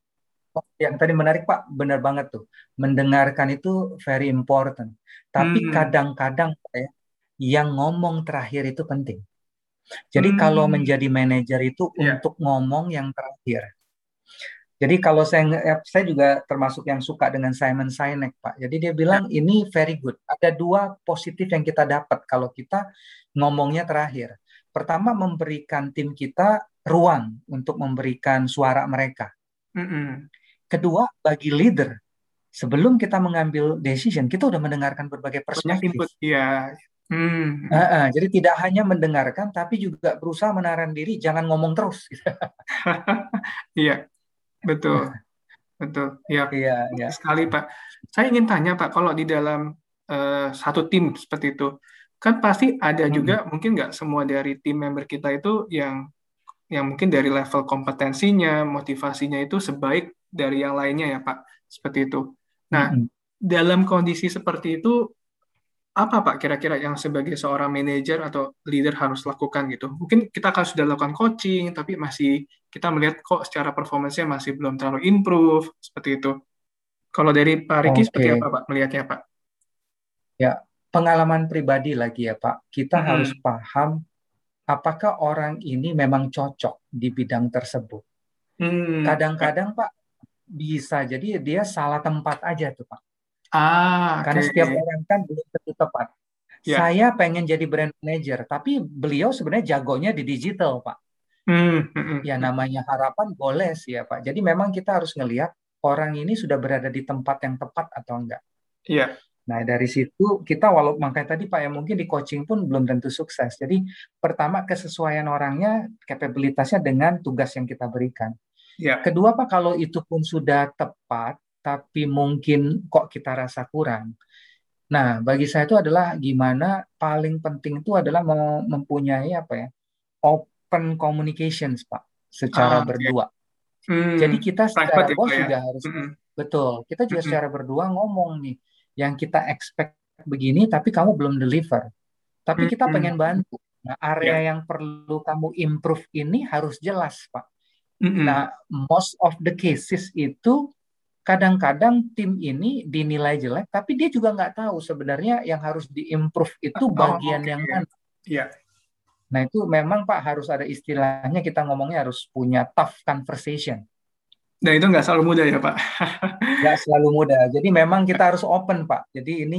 yang tadi menarik Pak, benar banget tuh. Mendengarkan itu very important. Tapi Mm-mm. kadang-kadang Pak, ya, yang ngomong terakhir itu penting. Jadi kalau Mm. menjadi manajer itu Ya. untuk ngomong yang terakhir. Jadi kalau saya nge- eh, saya juga termasuk yang suka dengan Simon Sinek, Pak. Jadi dia Ya. bilang ini very good. Ada dua positif yang kita dapat kalau kita ngomongnya terakhir. Pertama, memberikan tim kita ruang untuk memberikan suara mereka. Mm-mm. Kedua, bagi leader, sebelum kita mengambil decision, kita udah mendengarkan berbagai Banyak input, perspektif. ya. Hmm. Uh, uh, jadi tidak hanya mendengarkan, tapi juga berusaha menahan diri, jangan ngomong terus. Iya, betul, betul. Ya, Iya, iya. betul sekali, Pak. Saya ingin tanya, Pak, kalau di dalam eh, satu tim seperti itu, kan pasti ada juga, Mm-mm. mungkin nggak semua dari tim member kita itu yang yang mungkin dari level kompetensinya, motivasinya itu sebaik dari yang lainnya ya, Pak. Seperti itu. Nah, Mm-mm. dalam kondisi seperti itu, apa Pak kira-kira yang sebagai seorang manajer atau leader harus lakukan gitu? Mungkin kita akan sudah lakukan coaching, tapi masih kita melihat kok secara performance-nya masih belum terlalu improve, seperti itu. Kalau dari Pak Riki seperti Oke, apa Pak melihatnya Pak? ya pengalaman pribadi lagi ya Pak. Kita harus Mm-mm. paham apakah orang ini memang cocok di bidang tersebut. Hmm, ya. Kadang-kadang Pak bisa jadi dia salah tempat aja tuh Pak. Ah, Karena oke. setiap orang kan belum tentu tepat. Ya. Saya pengen jadi brand manager, tapi beliau sebenarnya jagonya di digital Pak. Hmm, mm-mm. Ya namanya harapan boleh sih ya Pak. Jadi memang kita harus ngelihat orang ini sudah berada di tempat yang tepat atau enggak. Ya. Nah, dari situ kita walau makanya tadi Pak ya mungkin di coaching pun belum tentu sukses. Jadi pertama kesesuaian orangnya, kapabilitasnya dengan tugas yang kita berikan. Ya. Kedua Pak, kalau itu pun sudah tepat, tapi mungkin kok kita rasa kurang. Nah, bagi saya itu adalah gimana paling penting itu adalah mau mempunyai apa ya, open communications Pak, secara Ah, oke. berdua. Jadi Hmm, kita secara private ya bos Pak ya? juga harus Mm-mm. betul. Kita juga Mm-mm. secara berdua ngomong nih, yang kita expect begini, tapi kamu belum deliver. Tapi kita Mm-mm. pengen bantu. Nah, area Ya. yang perlu kamu improve ini harus jelas, Pak. Mm-mm. Nah, most of the cases itu kadang-kadang tim ini dinilai jelek, tapi dia juga nggak tahu sebenarnya yang harus diimprove itu Oh, bagian oke. yang mana. Ya. Nah, itu memang Pak harus ada istilahnya kita ngomongnya harus punya tough conversation. Dan itu nggak selalu mudah ya Pak. Nggak selalu mudah. Jadi memang kita harus open, Pak. Jadi ini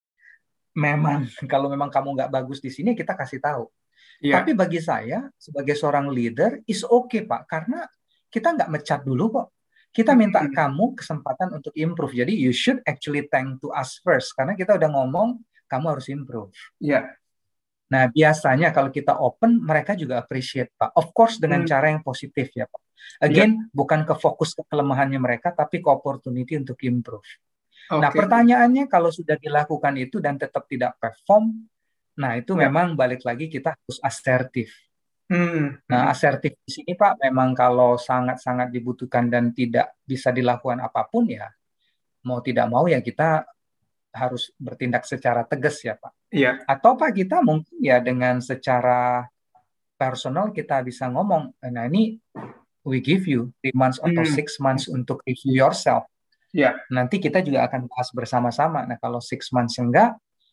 memang kalau memang kamu nggak bagus di sini, kita kasih tahu. Tapi Iya. bagi saya, sebagai seorang leader, is okay, Pak. Karena kita nggak mecat dulu kok. Kita minta Mm-mm. kamu kesempatan untuk improve. Jadi you should actually thank to us first. Karena kita udah ngomong, kamu harus improve. Iya. Nah, biasanya kalau kita open, mereka juga appreciate, Pak. Of course, dengan Hmm. cara yang positif ya, Pak. Iya. Again, bukan ke fokus ke kelemahannya mereka, tapi ke opportunity untuk improve. Nah, Oke. pertanyaannya kalau sudah dilakukan itu dan tetap tidak perform, nah itu Iya. memang balik lagi kita harus asertif. Hmm. Nah, Mm-mm. asertif di sini Pak memang kalau sangat-sangat dibutuhkan dan tidak bisa dilakukan apapun ya, mau tidak mau ya kita harus bertindak secara tegas ya Pak. Iya. Atau Pak kita mungkin ya dengan secara personal kita bisa ngomong, nah ini we give you three months atau Hmm. six months untuk review yourself. Iya. Nanti kita juga akan bahas bersama-sama. Nah, kalau six months enggak,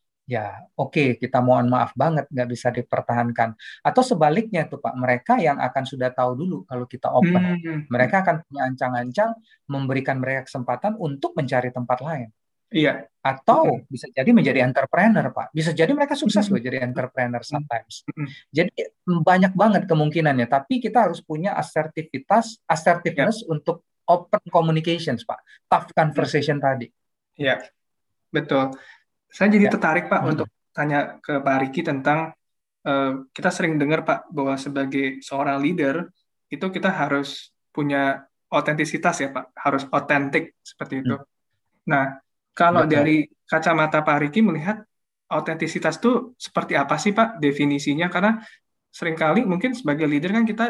ya oke okay, kita mohon maaf banget nggak bisa dipertahankan. Atau sebaliknya tuh Pak, mereka yang akan sudah tahu dulu kalau kita open. Hmm. Mereka akan punya ancang-ancang memberikan mereka kesempatan untuk mencari tempat lain. Iya. Atau Mm-mm. bisa jadi menjadi entrepreneur Pak. Bisa jadi mereka sukses Hmm. loh jadi entrepreneur Mm-mm. sometimes. Mm-mm. Jadi banyak banget kemungkinannya. Tapi kita harus punya asertivitas, Iya. assertiveness untuk open communications Pak. Tough Mm. conversation tadi. Iya. Betul. Saya jadi Ya. tertarik Pak untuk Mm-mm. tanya ke Pak Riki tentang eh, kita sering dengar Pak bahwa sebagai seorang leader itu kita harus punya otentisitas ya Pak, harus otentik seperti itu. Mm. Nah, kalau Betul. dari kacamata Pak Riki melihat otentisitas itu seperti apa sih Pak definisinya? Karena seringkali mungkin sebagai leader kan kita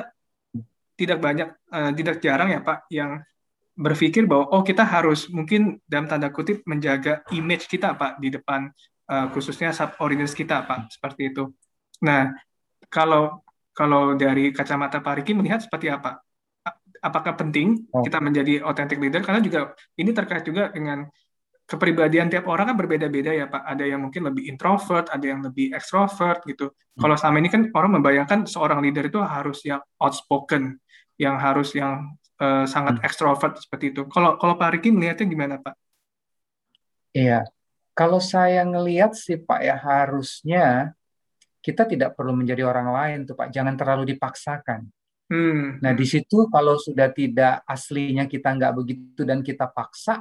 tidak banyak, eh, tidak jarang ya Pak yang berpikir bahwa oh kita harus mungkin dalam tanda kutip menjaga image kita Pak di depan eh, khususnya sub-audience kita Pak, seperti itu. Nah, kalau kalau dari kacamata Pak Riki melihat seperti apa? A- Apakah penting Oh. kita menjadi authentic leader? Karena juga ini terkait juga dengan kepribadian tiap orang kan berbeda-beda ya Pak. Ada yang mungkin lebih introvert, ada yang lebih extrovert gitu. Mm. Kalau selama ini kan orang membayangkan seorang leader itu harus yang outspoken, yang harus yang eh, sangat Mm. extrovert seperti itu. Kalau kalau Pak Riki melihatnya gimana Pak? Iya. Kalau saya ngelihat sih Pak ya harusnya kita tidak perlu menjadi orang lain tuh Pak, jangan terlalu dipaksakan. Hmm. Nah, di situ kalau sudah tidak aslinya kita nggak begitu dan kita paksa,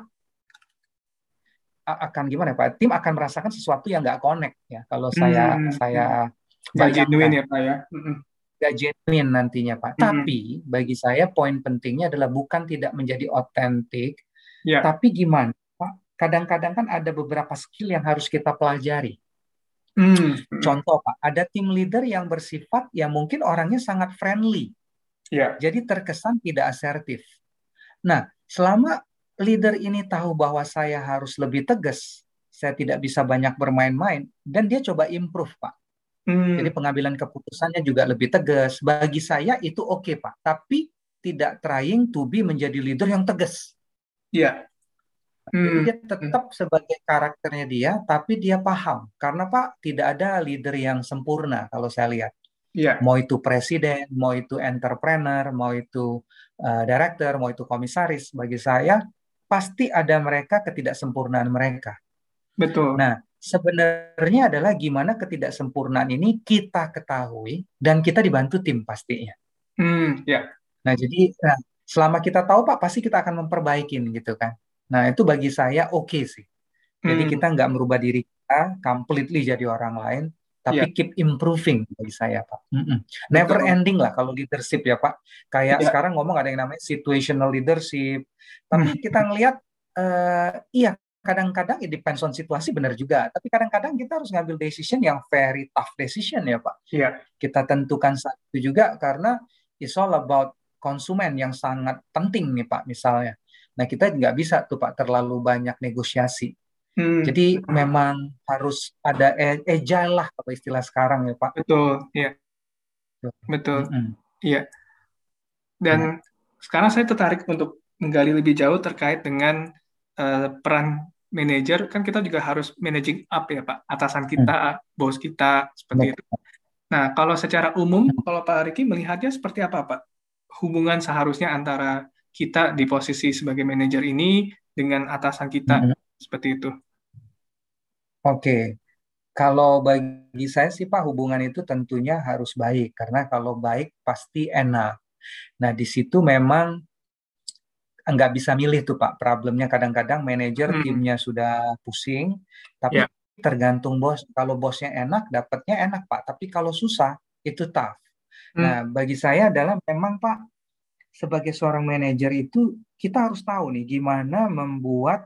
akan gimana Pak? Tim akan merasakan sesuatu yang nggak connect ya. Kalau saya Hmm. saya Nggak genuine bayangkan ya Pak ya. Hmm. nggak genuine nantinya Pak. Hmm. Tapi bagi saya poin pentingnya adalah bukan tidak menjadi otentik, Ya. tapi gimana Pak? Kadang-kadang kan ada beberapa skill yang harus kita pelajari. Hmm. Hmm. Contoh Pak, ada tim leader yang bersifat yang mungkin orangnya sangat friendly. Ya. Jadi terkesan tidak asertif. Nah, selama leader ini tahu bahwa saya harus lebih tegas, saya tidak bisa banyak bermain-main, dan dia coba improve, Pak. Hmm. Jadi pengambilan keputusannya juga lebih tegas. Bagi saya itu oke, Pak. Tapi tidak trying to be menjadi leader yang tegas. Ya. Jadi Hmm. dia tetap sebagai karakternya dia, tapi dia paham. Karena Pak, tidak ada leader yang sempurna kalau saya lihat. Ya. Mau itu presiden, mau itu entrepreneur, mau itu uh, director, mau itu komisaris, bagi saya pasti ada mereka ketidaksempurnaan mereka. Betul. Nah, sebenarnya adalah gimana ketidaksempurnaan ini kita ketahui dan kita dibantu tim pastinya. Hmm, ya. Nah, jadi nah, selama kita tahu Pak, pasti kita akan memperbaikin gitu kan. Nah, itu bagi saya oke okay sih. Jadi Hmm. kita nggak merubah diri kita completely jadi orang lain, Ya. tapi keep improving bagi saya Pak. Mm-mm. Never Betul. ending lah kalau leadership ya Pak. Kayak Ya. sekarang ngomong ada yang namanya situational leadership. Hmm. Tapi kita ngelihat, uh, iya kadang-kadang it depends on situasi benar juga. Tapi kadang-kadang kita harus ngambil decision yang very tough decision ya Pak. Ya. Kita tentukan satu juga karena it's all about konsumen yang sangat penting nih Pak misalnya. Nah kita nggak bisa tuh Pak terlalu banyak negosiasi. Hmm. Jadi memang harus ada agile lah apa istilah sekarang ya Pak. Betul, ya. Betul, Mm-mm. iya. Dan Ya. sekarang saya tertarik untuk menggali lebih jauh terkait dengan uh, peran manajer. Kan kita juga harus managing up ya Pak, atasan kita, Hmm. bos kita, seperti itu. Nah, kalau secara umum, kalau Pak Riki melihatnya seperti apa Pak? Hubungan seharusnya antara kita di posisi sebagai manajer ini dengan atasan kita, Mm-mm. seperti itu. Oke, kalau bagi saya sih Pak hubungan itu tentunya harus baik karena kalau baik pasti enak. Nah di situ memang nggak bisa milih tuh Pak. Problemnya kadang-kadang manajer Hmm. timnya sudah pusing, tapi Ya. tergantung bos. Kalau bosnya enak, dapatnya enak Pak. Tapi kalau susah, itu tough. Hmm. Nah, bagi saya adalah memang Pak, sebagai seorang manajer itu kita harus tahu nih gimana membuat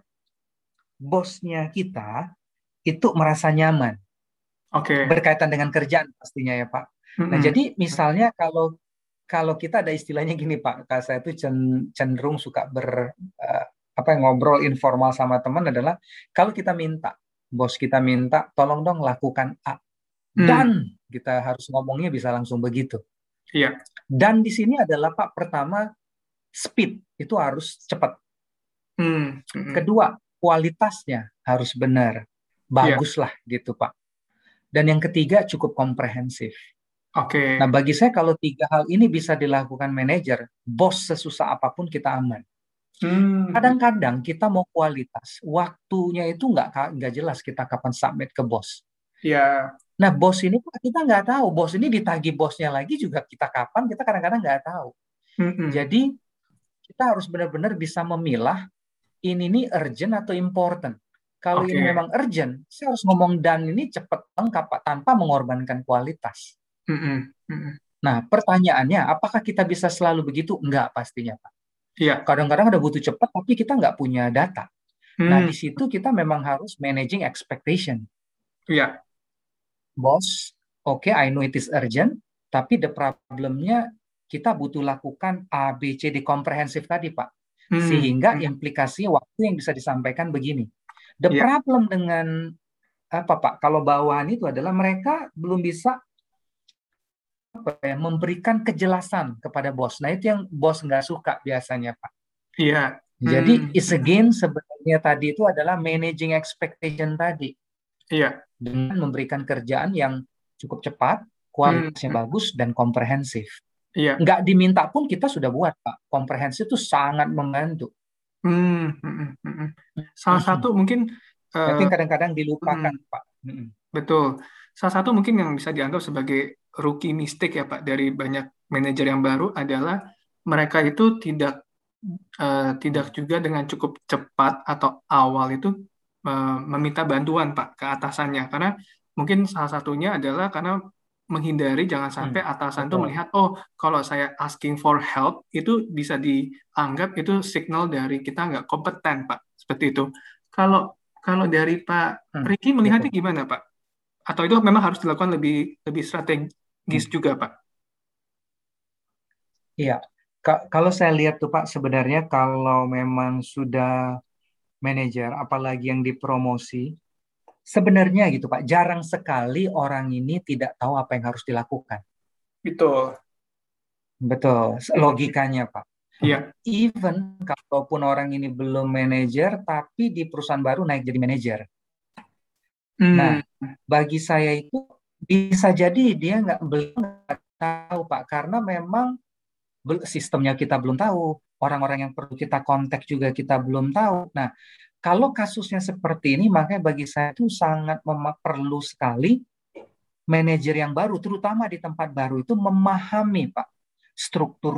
bosnya kita itu merasa nyaman. Oke. Berkaitan dengan kerjaan pastinya ya Pak. Nah, Hmm. jadi misalnya kalau kalau kita ada istilahnya gini Pak, saya itu cenderung suka ber uh, apa ngobrol informal sama teman adalah kalau kita minta, bos kita minta tolong dong lakukan A. Hmm. Dan kita harus ngomongnya bisa langsung begitu. Iya. Dan di sini adalah Pak pertama speed itu harus cepat. Hmm. Hmm. Kedua, kualitasnya harus benar. Baguslah yeah. gitu Pak. Dan yang ketiga cukup komprehensif. Oke. Okay. Nah, bagi saya kalau tiga hal ini bisa dilakukan manajer, bos sesusah apapun kita aman. Hmm. Kadang-kadang kita mau kualitas, waktunya itu nggak nggak jelas kita kapan submit ke bos. Iya. Yeah. Nah, bos ini kita nggak tahu. Bos ini ditagih bosnya lagi juga kita kapan, kita kadang-kadang nggak tahu. Mm-hmm. Jadi, kita harus benar-benar bisa memilah ini nih urgent atau important. Kalau okay. ini memang urgent, saya harus ngomong dan ini cepat lengkap Pak, tanpa mengorbankan kualitas. Mm-hmm. Mm-hmm. Nah, pertanyaannya, apakah kita bisa selalu begitu? Enggak pastinya Pak. Iya. Kadang-kadang ada butuh cepat, tapi kita nggak punya data. Mm. Nah, di situ kita memang harus managing expectation. Iya. Bos, oke, okay, I know it is urgent, tapi the problemnya kita butuh lakukan A, B, C, D komprehensif tadi Pak. Hmm. Sehingga implikasi waktu yang bisa disampaikan begini. The yeah. problem dengan apa Pak? Kalau bawahan itu adalah mereka belum bisa apa ya, memberikan kejelasan kepada bos. Nah itu yang bos nggak suka biasanya Pak. Iya. Yeah. Hmm. Jadi is again sebenarnya tadi itu adalah managing expectation tadi. Iya. Dengan memberikan kerjaan yang cukup cepat, kualitasnya hmm. bagus dan komprehensif. Iya. Nggak diminta pun kita sudah buat Pak. Komprehensif itu sangat membantu. Hmm. Hmm. Hmm. Salah hmm. satu mungkin uh, itu kadang-kadang dilupakan hmm. Pak. Hmm. Betul. salah satu mungkin yang bisa dianggap sebagai rookie mistake ya Pak dari banyak manajer yang baru adalah mereka itu tidak eh, tidak juga dengan cukup cepat atau awal itu eh, meminta bantuan Pak ke atasannya karena mungkin salah satunya adalah karena menghindari jangan sampai Hmm, atasan tuh betul. melihat oh kalau saya asking for help itu bisa dianggap itu signal dari kita nggak kompeten Pak seperti itu. Kalau kalau dari Pak Hmm, Ricky melihatnya betul. gimana Pak? Atau itu memang harus dilakukan lebih lebih strategis Hmm. juga Pak? Iya, Ka- kalau saya lihat tuh Pak, sebenarnya kalau memang sudah manajer, apalagi yang dipromosi, sebenarnya gitu Pak, jarang sekali orang ini tidak tahu apa yang harus dilakukan. Betul. Betul, Hmm, logikanya Pak. iya. Even kalaupun orang ini belum manajer, tapi di perusahaan baru naik jadi manajer. Nah, Hmm, bagi saya itu bisa jadi dia nggak belum nggak tahu Pak, karena memang bel- sistemnya kita belum tahu, orang-orang yang perlu kita kontak juga kita belum tahu. Nah, kalau kasusnya seperti ini, makanya bagi saya itu sangat mema- perlu sekali manajer yang baru, terutama di tempat baru itu memahami Pak struktur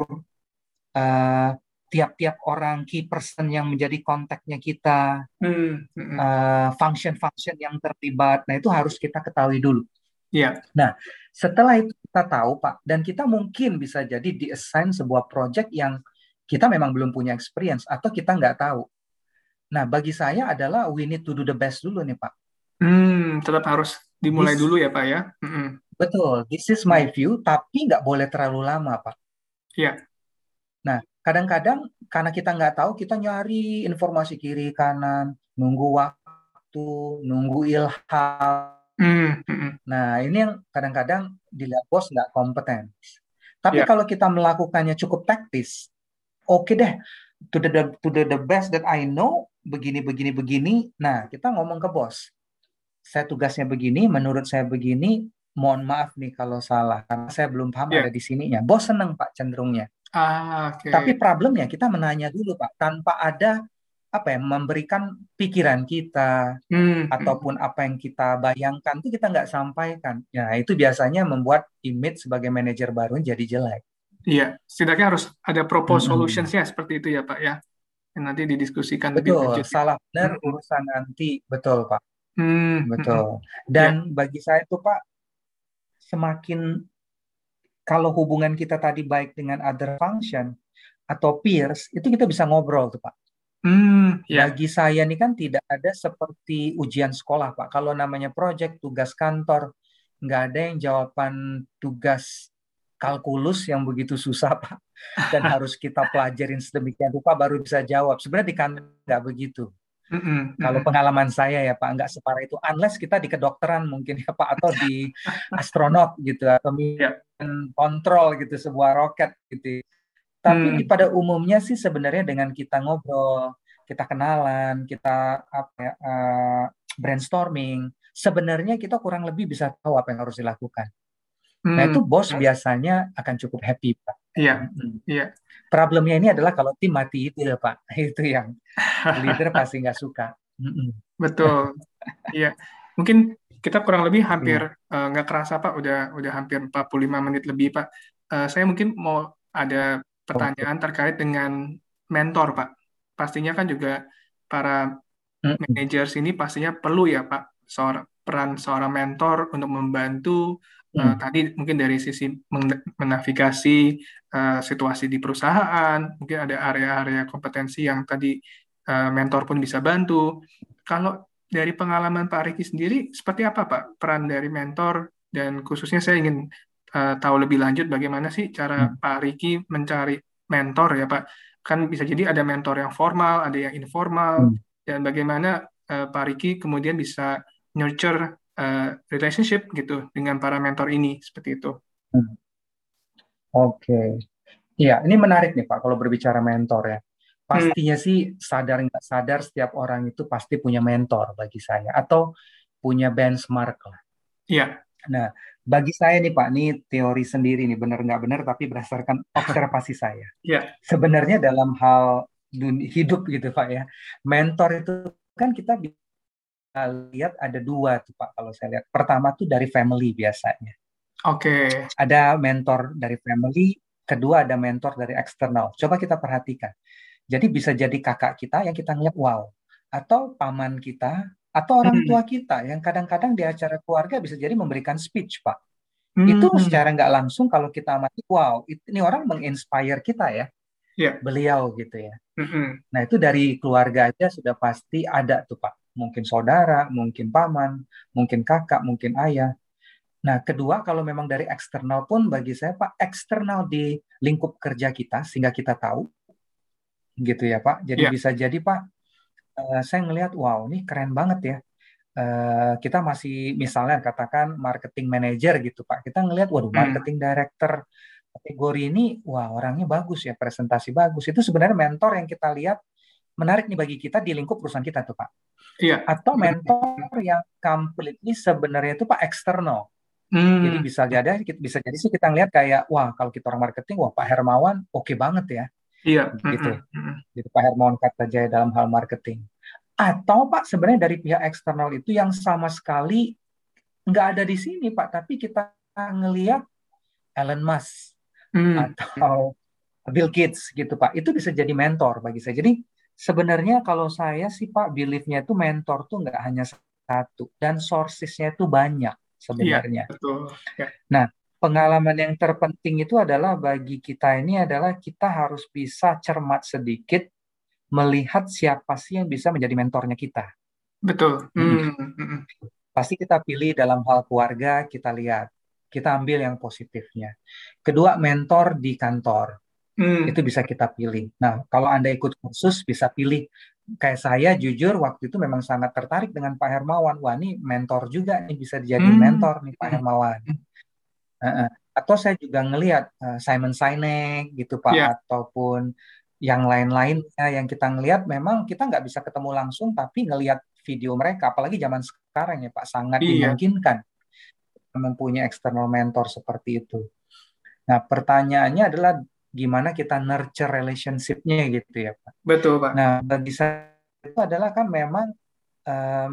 eh, tiap-tiap orang key person yang menjadi kontaknya kita, hmm, hmm, hmm. eh, function-function yang terlibat. Nah, itu harus kita ketahui dulu. Iya. Nah, setelah itu kita tahu, Pak, dan kita mungkin bisa jadi di-assign sebuah project yang kita memang belum punya experience atau kita nggak tahu. Nah, bagi saya adalah we need to do the best dulu nih, Pak. Hmm, tetap harus dimulai dulu This, ya Pak ya. Hmm, betul, this is hmm. my view, tapi nggak boleh terlalu lama, Pak. Iya. Nah, kadang-kadang karena kita nggak tahu, kita nyari informasi kiri kanan, nunggu waktu, nunggu ilham. Hmm, hmm, hmm. Nah, ini yang kadang-kadang dilihat bos nggak kompeten. Tapi Iya. kalau kita melakukannya cukup taktis, oke deh, to the, to the, the best that I know, begini, begini, begini. Nah, kita ngomong ke bos. Saya tugasnya begini, menurut saya begini, mohon maaf nih kalau salah. Karena saya belum paham ada Iya. di sininya. Bos seneng Pak cenderungnya. Ah, Tapi oke. problemnya kita menanya dulu Pak, tanpa ada apa ya, memberikan pikiran kita, Hmm, hmm, hmm. ataupun apa yang kita bayangkan itu kita nggak sampaikan. Ya, itu biasanya membuat image sebagai manajer baru jadi jelek. Iya. Setidaknya harus ada propose Mm-mm. solutions-nya seperti itu ya Pak ya. Yang nanti didiskusikan lebih Betul, lanjut gitu. salah benar Hmm, urusan nanti. Betul, Pak. hmm, hmm, hmm. Betul. Iya. Dan bagi saya itu, Pak, semakin kalau hubungan kita tadi baik dengan other function atau peers, itu kita bisa ngobrol tuh, Pak. Hmm, iya. Bagi saya ini kan tidak ada seperti ujian sekolah, Pak. Kalau namanya project, tugas kantor, nggak ada yang jawaban tugas kalkulus yang begitu susah, Pak. Dan harus kita pelajarin sedemikian rupa baru bisa jawab. Sebenarnya di kantor nggak begitu. Hmm, hmm, hmm, Kalau hmm. pengalaman saya ya Pak, nggak separah itu. Unless kita di kedokteran mungkin ya Pak, atau di astronot gitu, atau Iya. kontrol gitu sebuah roket gitu. Tapi Hmm, pada umumnya sih sebenarnya dengan kita ngobrol, kita kenalan, kita apa ya, eh, brainstorming, sebenarnya kita kurang lebih bisa tahu apa yang harus dilakukan. Nah hmm. itu bos biasanya akan cukup happy Pak. Iya. Mm-mm. Iya. Problemnya ini adalah kalau tim mati itu ya Pak, itu yang leader pasti nggak suka. Mm-mm. Betul. Iya, mungkin kita kurang lebih hampir Iya. eh, nggak kerasa Pak, udah udah hampir empat puluh lima menit lebih Pak. Eh, saya mungkin mau ada Oke. pertanyaan terkait dengan mentor Pak. Pastinya kan juga para Mm-mm. manajer sini pastinya perlu ya Pak, seorang peran seorang mentor untuk membantu eh, Mm. tadi mungkin dari sisi meng- menavigasi eh, situasi di perusahaan, mungkin ada area-area kompetensi yang tadi eh, mentor pun bisa bantu. Kalau dari pengalaman Pak Riki sendiri, seperti apa Pak peran dari mentor dan khususnya saya ingin eh, tahu lebih lanjut bagaimana sih cara Mm. Pak Riki mencari mentor ya Pak. Kan bisa jadi ada mentor yang formal, ada yang informal, Mm. dan bagaimana eh, Pak Riki kemudian bisa nurture eh, relationship gitu dengan para mentor ini seperti itu. Mm. Oke. Iya, ini menarik nih Pak kalau berbicara mentor ya. Hmm, Pastinya sih sadar nggak sadar setiap orang itu pasti punya mentor bagi saya atau punya benchmark lah. iya, Nah, bagi saya nih Pak, ini teori sendiri nih benar nggak benar tapi berdasarkan observasi saya. iya, Sebenarnya dalam hal dunia, hidup gitu Pak ya, mentor itu kan kita lihat ada dua tuh Pak kalau saya lihat. Pertama tuh dari family biasanya. Oke. Ada mentor dari family, kedua ada mentor dari eksternal. Coba kita perhatikan. Jadi bisa jadi kakak kita yang kita ngeliat wow, atau paman kita, atau orang Hmm. tua kita yang kadang-kadang di acara keluarga bisa jadi memberikan speech Pak. Hmm. Itu secara nggak langsung kalau kita amati, wow, ini orang menginspire kita ya, Ya. beliau gitu ya. Hmm. Nah itu dari keluarga aja sudah pasti ada tuh Pak. Mungkin saudara, mungkin paman, mungkin kakak, mungkin ayah. Nah kedua kalau memang dari eksternal pun bagi saya Pak, eksternal di lingkup kerja kita sehingga kita tahu gitu ya Pak. Jadi Ya. bisa jadi Pak, eh, saya ngelihat wow ini keren banget ya. Eh, kita masih misalnya katakan marketing manager gitu Pak. Kita ngelihat waduh Hmm. marketing director kategori ini wah orangnya bagus ya, presentasi bagus. Itu sebenarnya mentor yang kita lihat menarik nih bagi kita di lingkup perusahaan kita tuh Pak. Iya. Atau Benar. mentor yang completely sebenarnya itu Pak eksternal. Jadi Hmm. bisa jadi bisa jadi sih kita ngelihat kayak wah kalau kita orang marketing wah Pak Hermawan oke banget ya Iya. gitu. Hmm. Hmm. Gitu Pak Hermawan Kartajaya dalam hal marketing. Atau Pak sebenarnya dari pihak eksternal itu yang sama sekali nggak ada di sini Pak, tapi kita ngelihat Elon Musk Hmm. atau Bill Gates gitu Pak, itu bisa jadi mentor bagi saya. Jadi sebenarnya kalau saya sih Pak, beliefnya itu mentor tuh nggak hanya satu dan sourcesnya itu banyak Iya. sebenarnya. Betul. Ya. Nah, pengalaman yang terpenting itu adalah bagi kita ini adalah kita harus bisa cermat sedikit melihat siapa sih yang bisa menjadi mentornya kita. Betul. Mm-mm. Hmm. Hmm. Pasti kita pilih dalam hal keluarga, kita lihat, kita ambil yang positifnya. Kedua, mentor di kantor, Hmm. itu bisa kita pilih. Nah, kalau Anda ikut kursus, bisa pilih. Kayak saya, jujur, waktu itu memang sangat tertarik dengan Pak Hermawan. Wah, ini mentor juga, nih bisa dijadiin Hmm. mentor nih Pak Hermawan. Uh-uh. Atau saya juga ngelihat uh, Simon Sinek gitu Pak, Ya. ataupun yang lain-lainnya yang kita ngelihat memang kita nggak bisa ketemu langsung, tapi ngelihat video mereka, apalagi zaman sekarang ya Pak, sangat Iya. dimungkinkan mempunyai external mentor seperti itu. Nah, pertanyaannya adalah gimana kita nurture relationship-nya gitu ya Pak. Betul, Pak. Nah, bagi saya itu adalah kan memang um,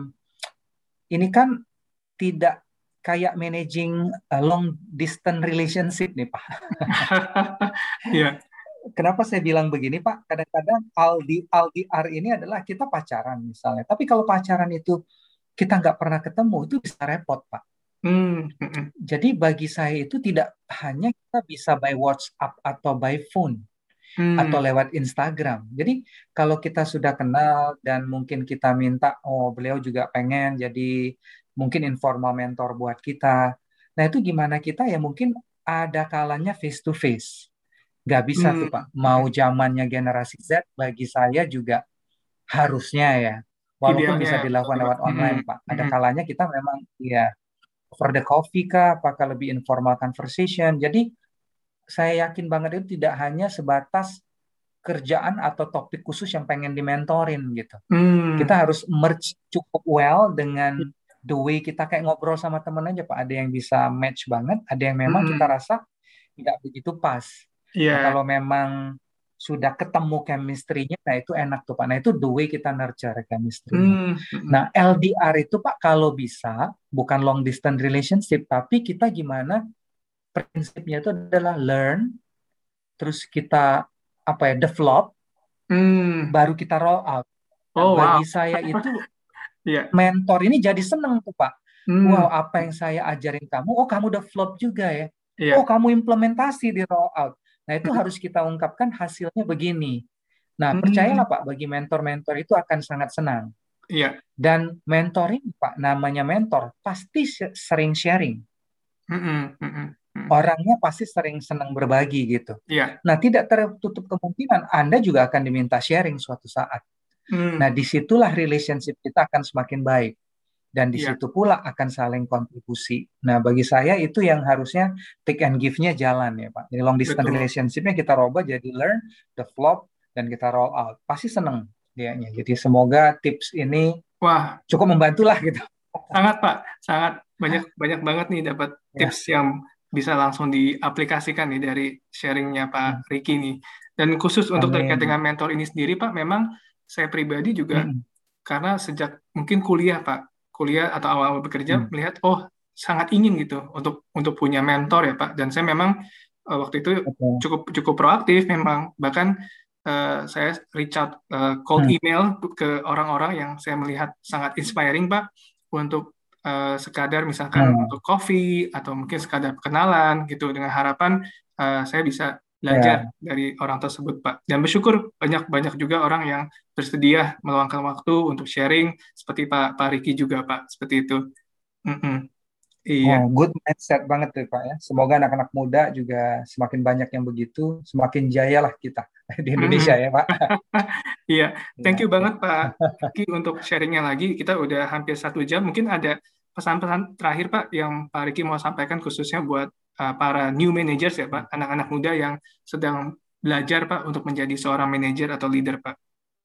ini kan tidak kayak managing a long distance relationship nih Pak. Iya. Kenapa saya bilang begini Pak? Kadang-kadang Aldi Aldi R ini adalah kita pacaran misalnya. Tapi kalau pacaran itu kita nggak pernah ketemu, itu bisa repot Pak. Hmm. Hmm. Jadi bagi saya itu tidak hanya kita bisa by WhatsApp atau by phone atau Hmm. lewat Instagram. Jadi kalau kita sudah kenal dan mungkin kita minta, oh beliau juga pengen jadi mungkin informal mentor buat kita. Nah itu gimana kita ya mungkin ada kalanya face to face. Gak bisa Hmm. tuh Pak. Mau zamannya generasi Z bagi saya juga harusnya ya. Walaupun Idealnya bisa ya. dilakukan Betul, Pak. lewat Hmm. online Pak. Ada Hmm. kalanya kita memang ya over the coffee kah, apakah lebih informal conversation. Jadi saya yakin banget itu tidak hanya sebatas kerjaan atau topik khusus yang pengen dimentorin gitu. Hmm. Kita harus merge cukup well dengan the way kita kayak ngobrol sama temen aja Pak. Ada yang bisa match banget, ada yang memang kita Hmm. rasa tidak begitu pas. Nah, Iya. kalau memang sudah ketemu chemistry-nya, nah itu enak tuh Pak. Nah itu the way kita nurture chemistry-nya. Hmm. Hmm. Nah L D R itu Pak kalau bisa bukan long distance relationship, tapi kita gimana prinsipnya itu adalah learn, terus kita apa ya develop, Hmm. baru kita roll out. Nah, Oh, wow. bagi saya itu Iya. mentor ini jadi seneng tuh Pak. Hmm. Wow, apa yang saya ajarin kamu, oh kamu udah flop juga ya. Oh, Iya. kamu implementasi di roll out. Nah, itu Hmm. harus kita ungkapkan hasilnya begini. Nah, Hmm. percayalah Pak, bagi mentor-mentor itu akan sangat senang. Iya. Dan mentoring Pak, namanya mentor, pasti sering sharing. Hmm. Hmm. Hmm. Orangnya pasti sering senang berbagi gitu. Iya. Nah, tidak tertutup kemungkinan Anda juga akan diminta sharing suatu saat. Hmm. Nah, disitulah relationship kita akan semakin baik. Dan di Iya. situ pula akan saling kontribusi. Nah, bagi saya itu yang harusnya take and give-nya jalan ya Pak. Jadi long distance Betul. relationship-nya kita robah jadi learn, develop, dan kita roll out. Pasti seneng dianya. Jadi semoga tips ini Wah, cukup membantu lah gitu. sangat Pak, sangat banyak banyak banget nih dapat Ya. tips yang bisa langsung diaplikasikan nih dari sharingnya Pak Ricky nih. Dan khusus untuk terkait Amin. dengan mentor ini sendiri Pak, memang saya pribadi juga Mm-mm. karena sejak mungkin kuliah Pak, kuliah atau awal-awal bekerja Hmm. melihat oh sangat ingin gitu untuk untuk punya mentor ya Pak. Dan saya memang eh, waktu itu Oke. cukup cukup proaktif memang, bahkan eh, saya reach out eh, cold Hmm. email ke orang-orang yang saya melihat sangat inspiring Pak untuk eh, sekadar misalkan Hmm. untuk coffee atau mungkin sekadar kenalan gitu dengan harapan eh, saya bisa belajar Ya. dari orang tersebut Pak. Dan bersyukur banyak-banyak juga orang yang bersedia meluangkan waktu untuk sharing seperti Pak Pak Riki juga Pak, seperti itu. Mm-mm. Oh, Iya. good mindset banget tuh Pak ya. Semoga anak-anak muda juga semakin banyak yang begitu, semakin jaya lah kita di Indonesia Mm-mm. ya Pak. Iya, thank Ya, you ya. banget Pak Riki untuk sharingnya lagi. Kita udah hampir satu jam. Mungkin ada pesan-pesan terakhir Pak yang Pak Riki mau sampaikan khususnya buat uh, para new managers ya Pak, anak-anak muda yang sedang belajar Pak untuk menjadi seorang manajer atau leader Pak.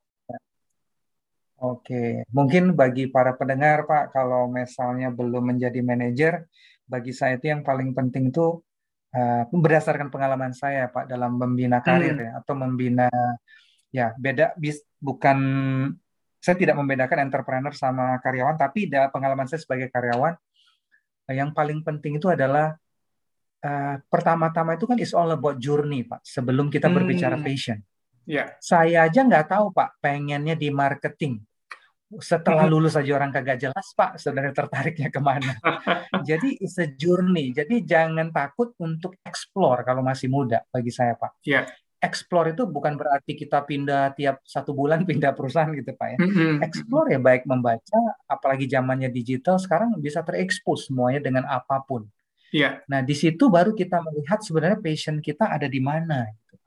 Oke, mungkin bagi para pendengar Pak, kalau misalnya belum menjadi manajer, bagi saya itu yang paling penting itu eh, berdasarkan pengalaman saya Pak dalam membina karir Hmm. ya, atau membina ya beda bis, bukan saya tidak membedakan entrepreneur sama karyawan, tapi da, pengalaman saya sebagai karyawan eh, yang paling penting itu adalah eh, pertama-tama itu kan is all about journey Pak. Sebelum kita berbicara Hmm. passion, Ya. saya aja nggak tahu Pak pengennya di marketing. Setelah Mm-mm. lulus aja orang kagak jelas Pak sebenarnya tertariknya kemana. Jadi it's a journey. Jadi jangan takut untuk explore kalau masih muda bagi saya Pak. Ya. Explore itu bukan berarti kita pindah tiap satu bulan pindah perusahaan gitu Pak ya. Mm-mm. Mm-mm. Explore ya baik membaca, apalagi zamannya digital sekarang bisa terekspos semuanya dengan apapun. Ya. Nah di situ baru kita melihat sebenarnya passion kita ada di mana.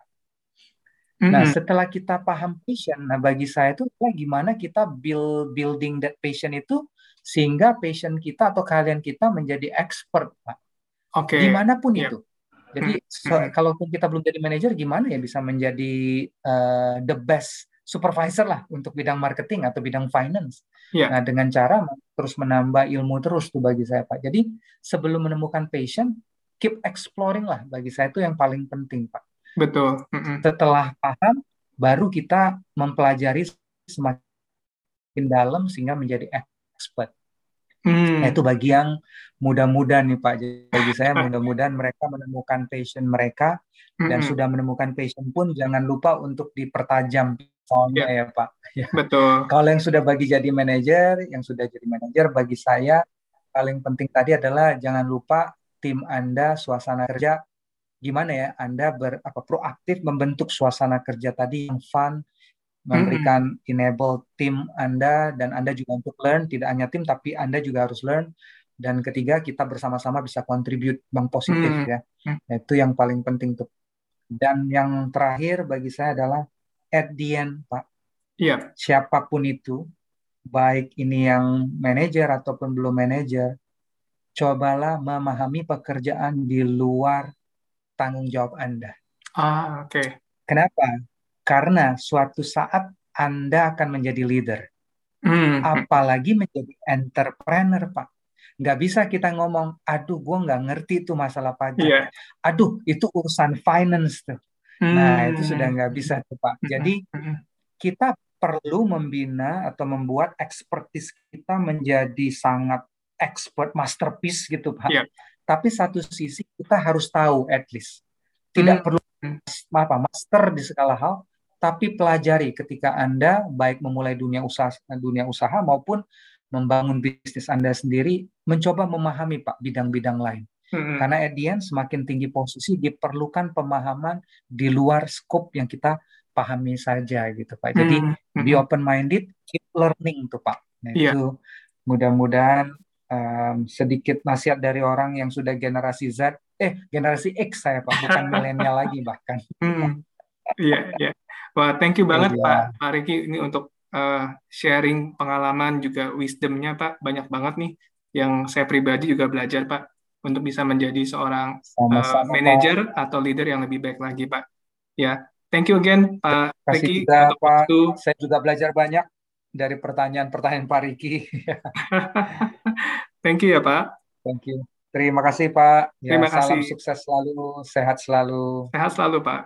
Nah, Mm-mm. setelah kita paham passion, nah bagi saya itu adalah gimana kita build building that passion itu sehingga passion kita atau kalian kita menjadi expert, Pak. Oke. Dimanapun Ya. itu. Jadi, Mm. so- Mm-mm. kalaupun kita belum jadi manajer, gimana ya bisa menjadi uh, the best supervisor lah untuk bidang marketing atau bidang finance. Ya. Nah, dengan cara terus menambah ilmu terus tuh bagi saya, Pak. Jadi, sebelum menemukan passion, keep exploring lah bagi saya itu yang paling penting, Pak. Betul. Mm-mm. Setelah paham, baru kita mempelajari semakin dalam sehingga menjadi expert. Nah, Mm. itu bagi yang muda-muda nih Pak. Bagi saya mudah-mudahan mereka menemukan passion mereka dan Mm-mm. sudah menemukan passion pun jangan lupa untuk dipertajam soalnya Ya. ya Pak. Ya. Betul. Kalau yang sudah bagi jadi manajer, yang sudah jadi manajer bagi saya paling penting tadi adalah jangan lupa tim Anda, suasana kerja gimana ya Anda ber, apa, proaktif membentuk suasana kerja tadi yang fun, Mm-mm. memberikan enable tim Anda dan Anda juga untuk learn, tidak hanya tim tapi Anda juga harus learn. Dan ketiga kita bersama-sama bisa contribute yang positif Mm-mm. ya. Nah, itu yang paling penting tuh. Dan yang terakhir bagi saya adalah at the end Pak, Iya. siapapun itu, baik ini yang manajer ataupun belum manajer, cobalah memahami pekerjaan di luar tanggung jawab Anda. Ah, oke. Kenapa? Karena suatu saat Anda akan menjadi leader. Mm. Apalagi menjadi entrepreneur, Pak. Nggak bisa kita ngomong, aduh, gue nggak ngerti tuh masalah pajak. Iya. Aduh, itu urusan finance tuh. Nah, itu sudah Mm. nggak bisa tuh, Pak. Mm-mm. Jadi, Mm-mm. kita perlu membina atau membuat expertise kita menjadi sangat expert, masterpiece gitu, Pak. Iya. Tapi satu sisi kita harus tahu at least. Mm. Tidak perlu apa master di segala hal, tapi pelajari ketika Anda baik memulai dunia usaha dunia usaha maupun membangun bisnis Anda sendiri, mencoba memahami Pak bidang-bidang lain. Mm-mm. Karena at the end semakin tinggi posisi diperlukan pemahaman di luar scope yang kita pahami saja gitu Pak. Jadi Mm. be Mm-mm. open minded, keep learning tuh Pak. Nah, Iya. itu mudah-mudahan um, sedikit nasihat dari orang yang sudah generasi Z, eh generasi X saya Pak, bukan milenial lagi bahkan. Mm. Iya, iya. Wah, thank you banget Pak Iya, Pak Riki ini untuk eh, sharing pengalaman juga wisdomnya Pak. Banyak banget nih yang saya pribadi juga belajar Pak untuk bisa menjadi seorang eh, sama-sama Pak. manajer atau leader yang lebih baik lagi Pak. Ya, thank you again Pak Terima kasih Riki juga untuk Pak. waktu. Saya juga belajar banyak dari pertanyaan-pertanyaan Pak Riki. Thank you ya Pak. Thank you. Terima kasih Pak. Ya, Terima salam kasih. sukses selalu, sehat selalu. Sehat selalu Pak.